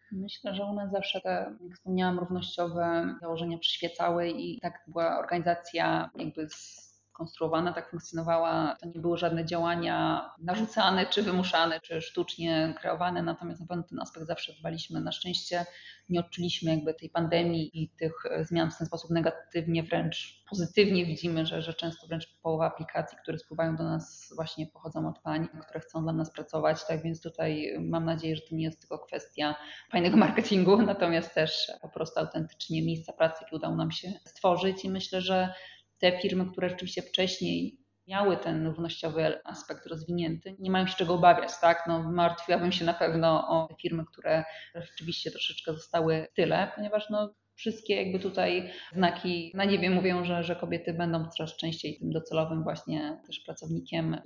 Myślę, że u nas zawsze te, jak wspomniałam, równościowe założenia przyświecały i tak była organizacja jakby skonstruowana, tak funkcjonowała. To nie były żadne działania narzucane, czy wymuszane, czy sztucznie kreowane, natomiast na pewno ten aspekt zawsze dbaliśmy. Na szczęście nie odczuliśmy jakby tej pandemii i tych zmian w ten sposób negatywnie, wręcz pozytywnie widzimy, że często wręcz połowa aplikacji, które spływają do nas właśnie pochodzą od pań, które chcą dla nas pracować, tak więc tutaj mam nadzieję, że to nie jest tylko kwestia fajnego marketingu, natomiast też po prostu autentycznie miejsca pracy, jakie udało nam się stworzyć i myślę, że te firmy, które rzeczywiście wcześniej miały ten równościowy aspekt rozwinięty, nie mają się czego obawiać, tak? No, martwiłabym się na pewno o firmy, które rzeczywiście troszeczkę zostały w tyle, ponieważ no, wszystkie jakby tutaj znaki na niebie mówią, że kobiety będą coraz częściej tym docelowym właśnie też pracownikiem,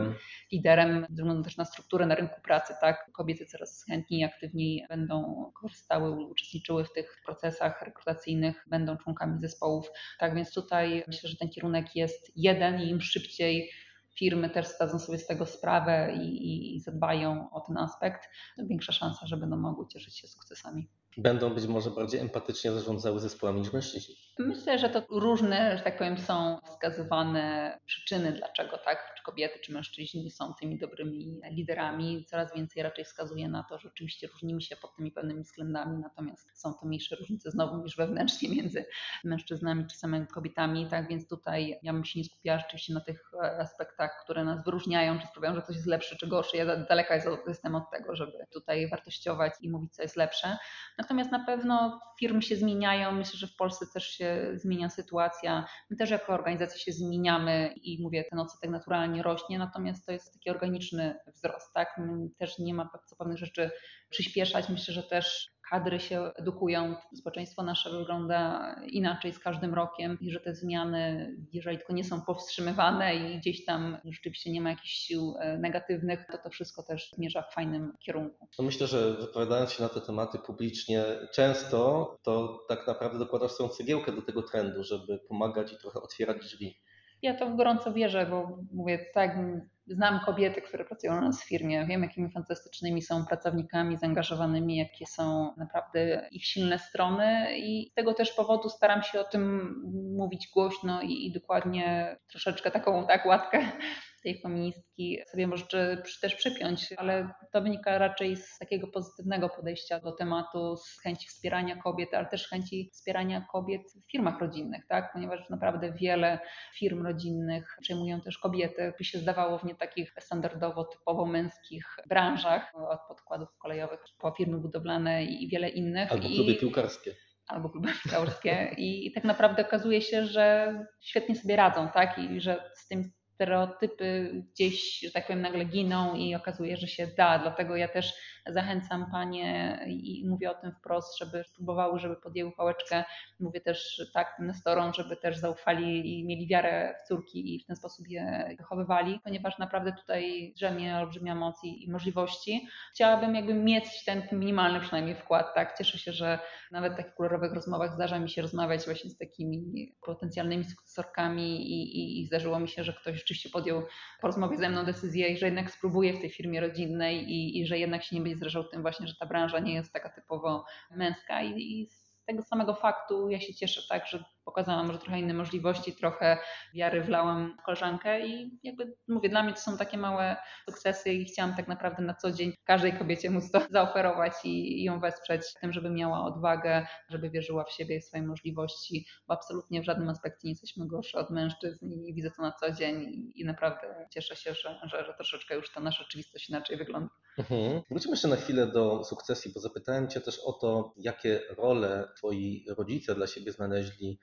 liderem, ze względu też na strukturę na rynku pracy, tak? Kobiety coraz chętniej i aktywniej będą korzystały, uczestniczyły w tych procesach rekrutacyjnych, będą członkami zespołów. Tak więc tutaj myślę, że ten kierunek jest jeden i im szybciej firmy też zdadzą sobie z tego sprawę i zadbają o ten aspekt, to większa szansa, że będą mogły cieszyć się sukcesami. Będą być może bardziej empatycznie zarządzały zespołami niż mężczyźni. Myślę, że to różne, że tak powiem, są wskazywane przyczyny, dlaczego tak, czy kobiety, czy mężczyźni są tymi dobrymi liderami. Coraz więcej raczej wskazuje na to, że oczywiście różnimy się pod tymi pewnymi względami, natomiast są to mniejsze różnice znowu niż wewnętrznie między mężczyznami czy samymi kobietami. Tak więc tutaj ja bym się nie skupiała rzeczywiście na tych aspektach, które nas wyróżniają, czy sprawiają, że ktoś jest lepszy czy gorszy. Ja daleka jestem od tego, żeby tutaj wartościować i mówić, co jest lepsze. Natomiast na pewno firmy się zmieniają. Myślę, że w Polsce też się zmienia sytuacja. My też jako organizacja się zmieniamy i mówię, ten odsetek naturalnie rośnie, natomiast to jest taki organiczny wzrost, tak? Też nie ma co pewnych rzeczy przyspieszać. Myślę, że też kadry się edukują, społeczeństwo nasze wygląda inaczej z każdym rokiem i że te zmiany, jeżeli tylko nie są powstrzymywane i gdzieś tam rzeczywiście nie ma jakichś sił negatywnych, to wszystko też zmierza w fajnym kierunku. No myślę, że wypowiadając się na te tematy publicznie często, to tak naprawdę dokładasz swoją cegiełkę do tego trendu, żeby pomagać i trochę otwierać drzwi. Ja to gorąco wierzę, bo mówię, tak, znam kobiety, które pracują u nas w firmie, wiem, jakimi fantastycznymi są pracownikami, zaangażowanymi, jakie są naprawdę ich silne strony i z tego też powodu staram się o tym mówić głośno i dokładnie troszeczkę taką tak łatkę tej feministki sobie może też przypiąć, ale to wynika raczej z takiego pozytywnego podejścia do tematu, z chęci wspierania kobiet, ale też chęci wspierania kobiet w firmach rodzinnych, tak? Ponieważ naprawdę wiele firm rodzinnych przejmują też kobiety, by się zdawało w nie takich standardowo, typowo męskich branżach, od podkładów kolejowych po firmy budowlane i wiele innych. Albo kluby piłkarskie. Albo kluby piłkarskie. I tak naprawdę okazuje się, że świetnie sobie radzą, tak? I że z tym stereotypy gdzieś, że tak powiem, nagle giną i okazuje, że się da. Dlatego ja też zachęcam panie i mówię o tym wprost, żeby spróbowały, żeby podjęły pałeczkę. Mówię też tak tym nestorom, żeby też zaufali i mieli wiarę w córki i w ten sposób je wychowywali, ponieważ naprawdę tutaj drzemie olbrzymia moc i możliwości. Chciałabym jakby mieć ten minimalny przynajmniej wkład, tak? Cieszę się, że nawet w takich kolorowych rozmowach zdarza mi się rozmawiać właśnie z takimi potencjalnymi sukcesorkami i zdarzyło mi się, że ktoś rzeczywiście podjął po rozmowie ze mną decyzję i że jednak spróbuje w tej firmie rodzinnej i że jednak się nie będzie zrażał tym właśnie, że ta branża nie jest taka typowo męska i z tego samego faktu ja się cieszę tak, że pokazałam może trochę inne możliwości, trochę wiary wlałam w koleżankę i jakby mówię, dla mnie to są takie małe sukcesy i chciałam tak naprawdę na co dzień każdej kobiecie móc to zaoferować i ją wesprzeć w tym, żeby miała odwagę, żeby wierzyła w siebie i w swoje możliwości, bo absolutnie w żadnym aspekcie nie jesteśmy gorsze od mężczyzn i widzę to na co dzień i naprawdę cieszę się, że troszeczkę już ta nasza rzeczywistość inaczej wygląda. Wrócimy jeszcze na chwilę do sukcesji, bo zapytałem Cię też o to, jakie role Twoi rodzice dla siebie znaleźli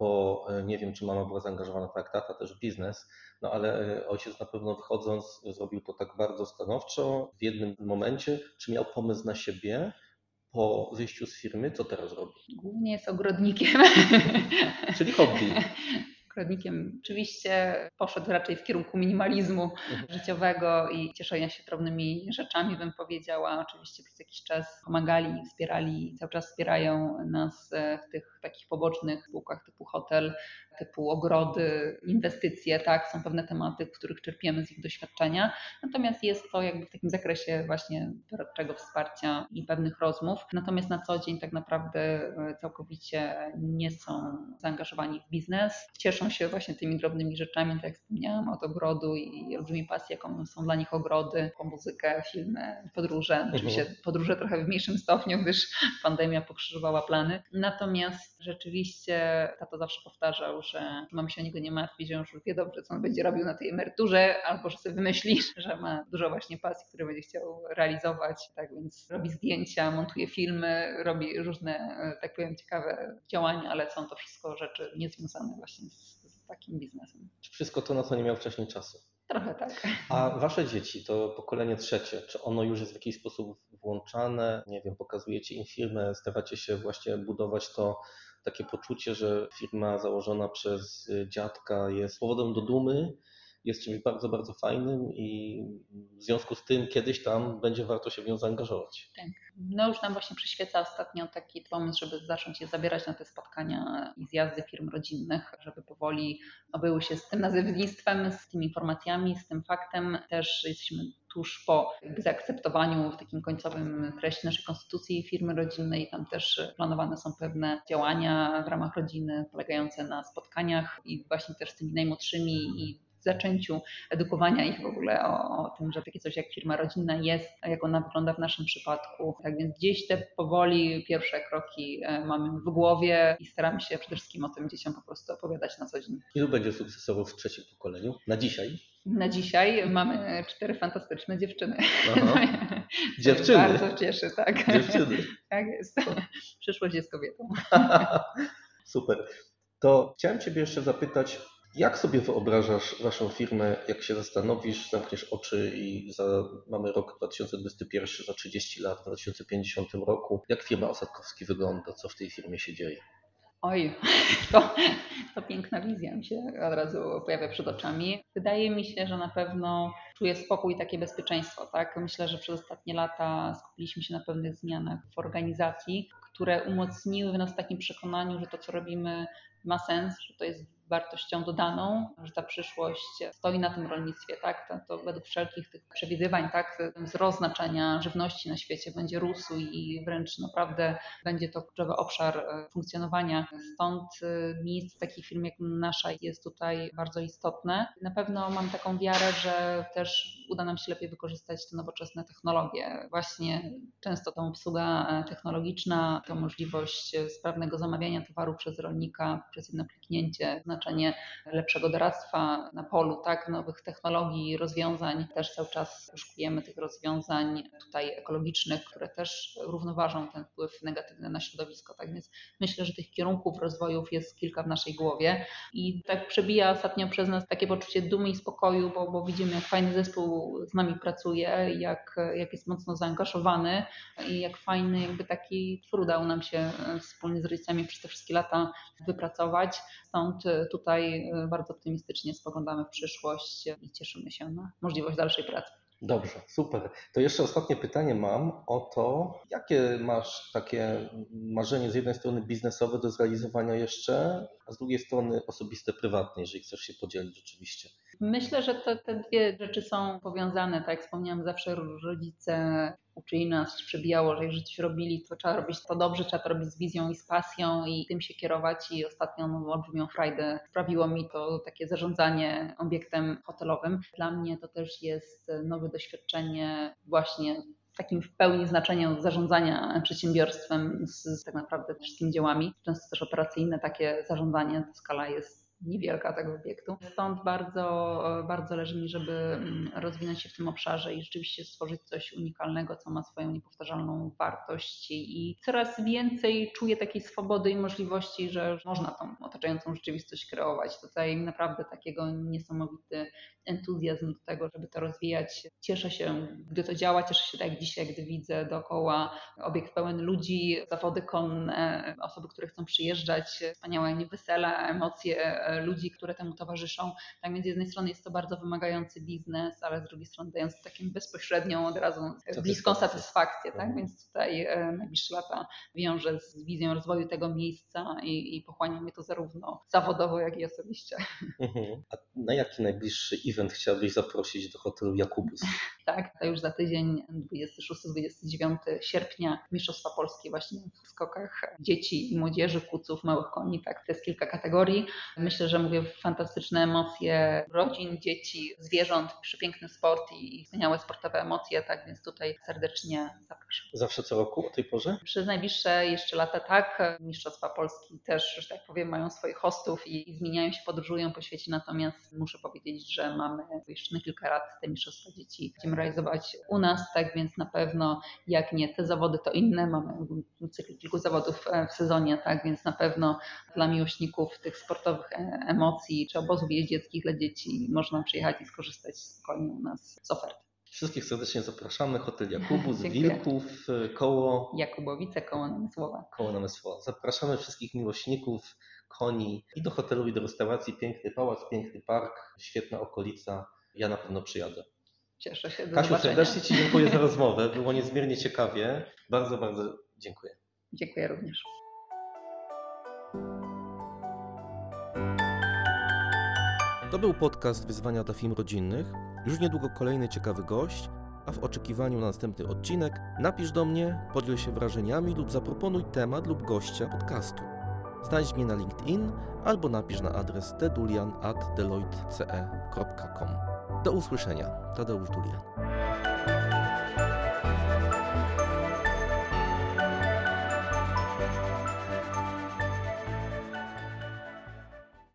nie wiem, czy mama była zaangażowana tak jak tata też w biznes, no ale ojciec na pewno wychodząc zrobił to tak bardzo stanowczo w jednym momencie. Czy miał pomysł na siebie po wyjściu z firmy? Co teraz robi? Głównie jest ogrodnikiem. Czyli hobby. Ogrodnikiem oczywiście poszedł raczej w kierunku minimalizmu życiowego i cieszenia się drobnymi rzeczami, bym powiedziała. Oczywiście przez jakiś czas pomagali, wspierali i cały czas wspierają nas w tych takich pobocznych spółkach typu hotel, typu ogrody, inwestycje, tak, są pewne tematy, w których czerpiemy z ich doświadczenia. Natomiast jest to jakby w takim zakresie właśnie doradczego wsparcia i pewnych rozmów. Natomiast na co dzień tak naprawdę całkowicie nie są zaangażowani w biznes. Cieszą się właśnie tymi drobnymi rzeczami, tak jak wspomniałam, od ogrodu i olbrzymiej pasji, jaką są dla nich ogrody, po muzykę, filmy, podróże. Oczywiście podróże trochę w mniejszym stopniu, gdyż pandemia pokrzyżowała plany. Natomiast rzeczywiście tato zawsze powtarzał, że mamy się o niego nie martwić, że on już wie dobrze, co on będzie robił na tej emeryturze, albo że sobie wymyśli, że ma dużo właśnie pasji, które będzie chciał realizować. Tak więc robi zdjęcia, montuje filmy, robi różne, tak powiem, ciekawe działania, ale są to wszystko rzeczy niezwiązane właśnie z takim biznesem. Wszystko to, na co nie miał wcześniej czasu. Trochę tak. A wasze dzieci, to pokolenie trzecie, czy ono już jest w jakiś sposób włączane? Nie wiem, pokazujecie im firmę, staracie się właśnie budować to takie poczucie, że firma założona przez dziadka jest powodem do dumy, jest czymś bardzo, bardzo fajnym i w związku z tym kiedyś tam będzie warto się w nią zaangażować. Tak. No już nam właśnie przyświeca ostatnio taki pomysł, żeby zacząć je zabierać na te spotkania i zjazdy firm rodzinnych, żeby powoli obyły się z tym nazewnictwem, z tymi informacjami, z tym faktem. Też jesteśmy tuż po zaakceptowaniu w takim końcowym treści naszej konstytucji firmy rodzinnej. Tam też planowane są pewne działania w ramach rodziny polegające na spotkaniach i właśnie też z tymi najmłodszymi i zaczęciu edukowania ich w ogóle o tym, że takie coś jak firma rodzinna jest, a jak ona wygląda w naszym przypadku. Tak więc gdzieś te powoli pierwsze kroki mamy w głowie i staramy się przede wszystkim o tym dzieciom po prostu opowiadać na co dzień. Ilu będzie sukcesorów w trzecim pokoleniu? Na dzisiaj? Na dzisiaj mamy 4 fantastyczne dziewczyny. Aha. Dziewczyny? Bardzo cieszy, tak. Dziewczyny. Tak jest. Przyszłość jest kobietą. Super. To chciałem Ciebie jeszcze zapytać, jak sobie wyobrażasz Waszą firmę, jak się zastanowisz, zamkniesz oczy i mamy rok 2021, za 30 lat, w 2050 roku, jak firma Osadkowski wygląda, co w tej firmie się dzieje? Oj, to piękna wizja mi się od razu pojawia przed oczami. Wydaje mi się, że na pewno czuję spokój i takie bezpieczeństwo. Tak? Myślę, że przez ostatnie lata skupiliśmy się na pewnych zmianach w organizacji, które umocniły nas w takim przekonaniu, że to, co robimy, ma sens, że to jest wartością dodaną, że ta przyszłość stoi na tym rolnictwie, tak? To według wszelkich tych przewidywań, tak? Wzrost znaczenia żywności na świecie będzie rósł i wręcz naprawdę będzie to kluczowy obszar funkcjonowania. Stąd miejsce takich firm jak nasza jest tutaj bardzo istotne. Na pewno mam taką wiarę, że też uda nam się lepiej wykorzystać te nowoczesne technologie. Właśnie często ta obsługa technologiczna, to możliwość sprawnego zamawiania towaru przez rolnika, przez jedno kliknięcie, znaczenie lepszego doradztwa na polu, tak, nowych technologii, rozwiązań. Też cały czas szukujemy tych rozwiązań tutaj ekologicznych, które też równoważą ten wpływ negatywny na środowisko. Tak więc myślę, że tych kierunków rozwojów jest kilka w naszej głowie i tak przebija ostatnio przez nas takie poczucie dumy i spokoju, bo widzimy, jak fajny zespół z nami pracuje, jak jest mocno zaangażowany i jak fajny jakby taki twór udało nam się wspólnie z rodzicami przez te wszystkie lata wypracować. Stąd tutaj bardzo optymistycznie spoglądamy w przyszłość i cieszymy się na możliwość dalszej pracy. Dobrze, super. To jeszcze ostatnie pytanie mam o to, jakie masz takie marzenie z jednej strony biznesowe do zrealizowania jeszcze, a z drugiej strony osobiste, prywatne, jeżeli chcesz się podzielić rzeczywiście. Myślę, że te dwie rzeczy są powiązane. Tak jak wspomniałam, zawsze rodzice uczyli nas, przebijało, że jeżeli coś robili, to trzeba robić to dobrze, trzeba to robić z wizją i z pasją i tym się kierować i ostatnią olbrzymią frajdę sprawiło mi to takie zarządzanie obiektem hotelowym. Dla mnie to też jest nowe doświadczenie właśnie takim w pełni znaczeniu zarządzania przedsiębiorstwem z tak naprawdę wszystkimi działami. Często też operacyjne takie zarządzanie, ta skala jest niewielka tego obiektu. Stąd bardzo leży mi, żeby rozwinąć się w tym obszarze i rzeczywiście stworzyć coś unikalnego, co ma swoją niepowtarzalną wartość i coraz więcej czuję takiej swobody i możliwości, że można tą otaczającą rzeczywistość kreować. Tutaj naprawdę takiego niesamowity entuzjazm do tego, żeby to rozwijać. Cieszę się, gdy to działa, cieszę się tak jak dzisiaj, gdy widzę dookoła obiekt pełen ludzi, zawody konne, osoby, które chcą przyjeżdżać, wspaniałe wesela, emocje ludzi, które temu towarzyszą. Tak więc z jednej strony jest to bardzo wymagający biznes, ale z drugiej strony dający taką bezpośrednią, od razu bliską satysfakcję. Tak? Więc tutaj najbliższe lata wiążę z wizją rozwoju tego miejsca i pochłania mnie to zarówno zawodowo, jak i osobiście. A na jaki najbliższy event chciałabyś zaprosić do hotelu Jakubus? Tak, to już za tydzień, 26-29 sierpnia, Mistrzostwa Polskie właśnie w skokach dzieci i młodzieży, kuców, małych koni, tak, to jest kilka kategorii. Myślę, że mówię fantastyczne emocje rodzin, dzieci, zwierząt, przepiękny sport i wspaniałe sportowe emocje, tak więc tutaj serdecznie zapraszam. Zawsze co roku o tej porze? Przez najbliższe jeszcze lata tak, Mistrzostwa Polski też, że tak powiem, mają swoich hostów i zmieniają się, podróżują po świecie, natomiast muszę powiedzieć, że mamy jeszcze na kilka lat te Mistrzostwa Dzieci. Będziemy realizować u nas, tak więc na pewno jak nie te zawody, to inne. Mamy cykl kilku zawodów w sezonie, tak więc na pewno dla miłośników tych sportowych emocji czy obozów jeździeckich dla dzieci można przyjechać i skorzystać spokojnie u nas z oferty. Wszystkich serdecznie zapraszamy. Hotel Jakubus, Dziękuję. Wilków, koło Jakubowice, koło Namysłowa. Koło Namysłowa. Zapraszamy wszystkich miłośników koni i do hotelu, i do restauracji. Piękny pałac, piękny park, świetna okolica. Ja na pewno przyjadę. Cieszę się. Do Kasiu, zobaczenia. serdecznie Ci dziękuję za rozmowę. Było niezmiernie ciekawie. Bardzo, bardzo dziękuję. Dziękuję również. To był podcast Wyzwania dla Firm Rodzinnych. Już niedługo kolejny ciekawy gość, a w oczekiwaniu na następny odcinek napisz do mnie, podziel się wrażeniami lub zaproponuj temat lub gościa podcastu. Znajdź mnie na LinkedIn albo napisz na adres tdulian@deloitte.com. Do usłyszenia. Tadeusz Dulian.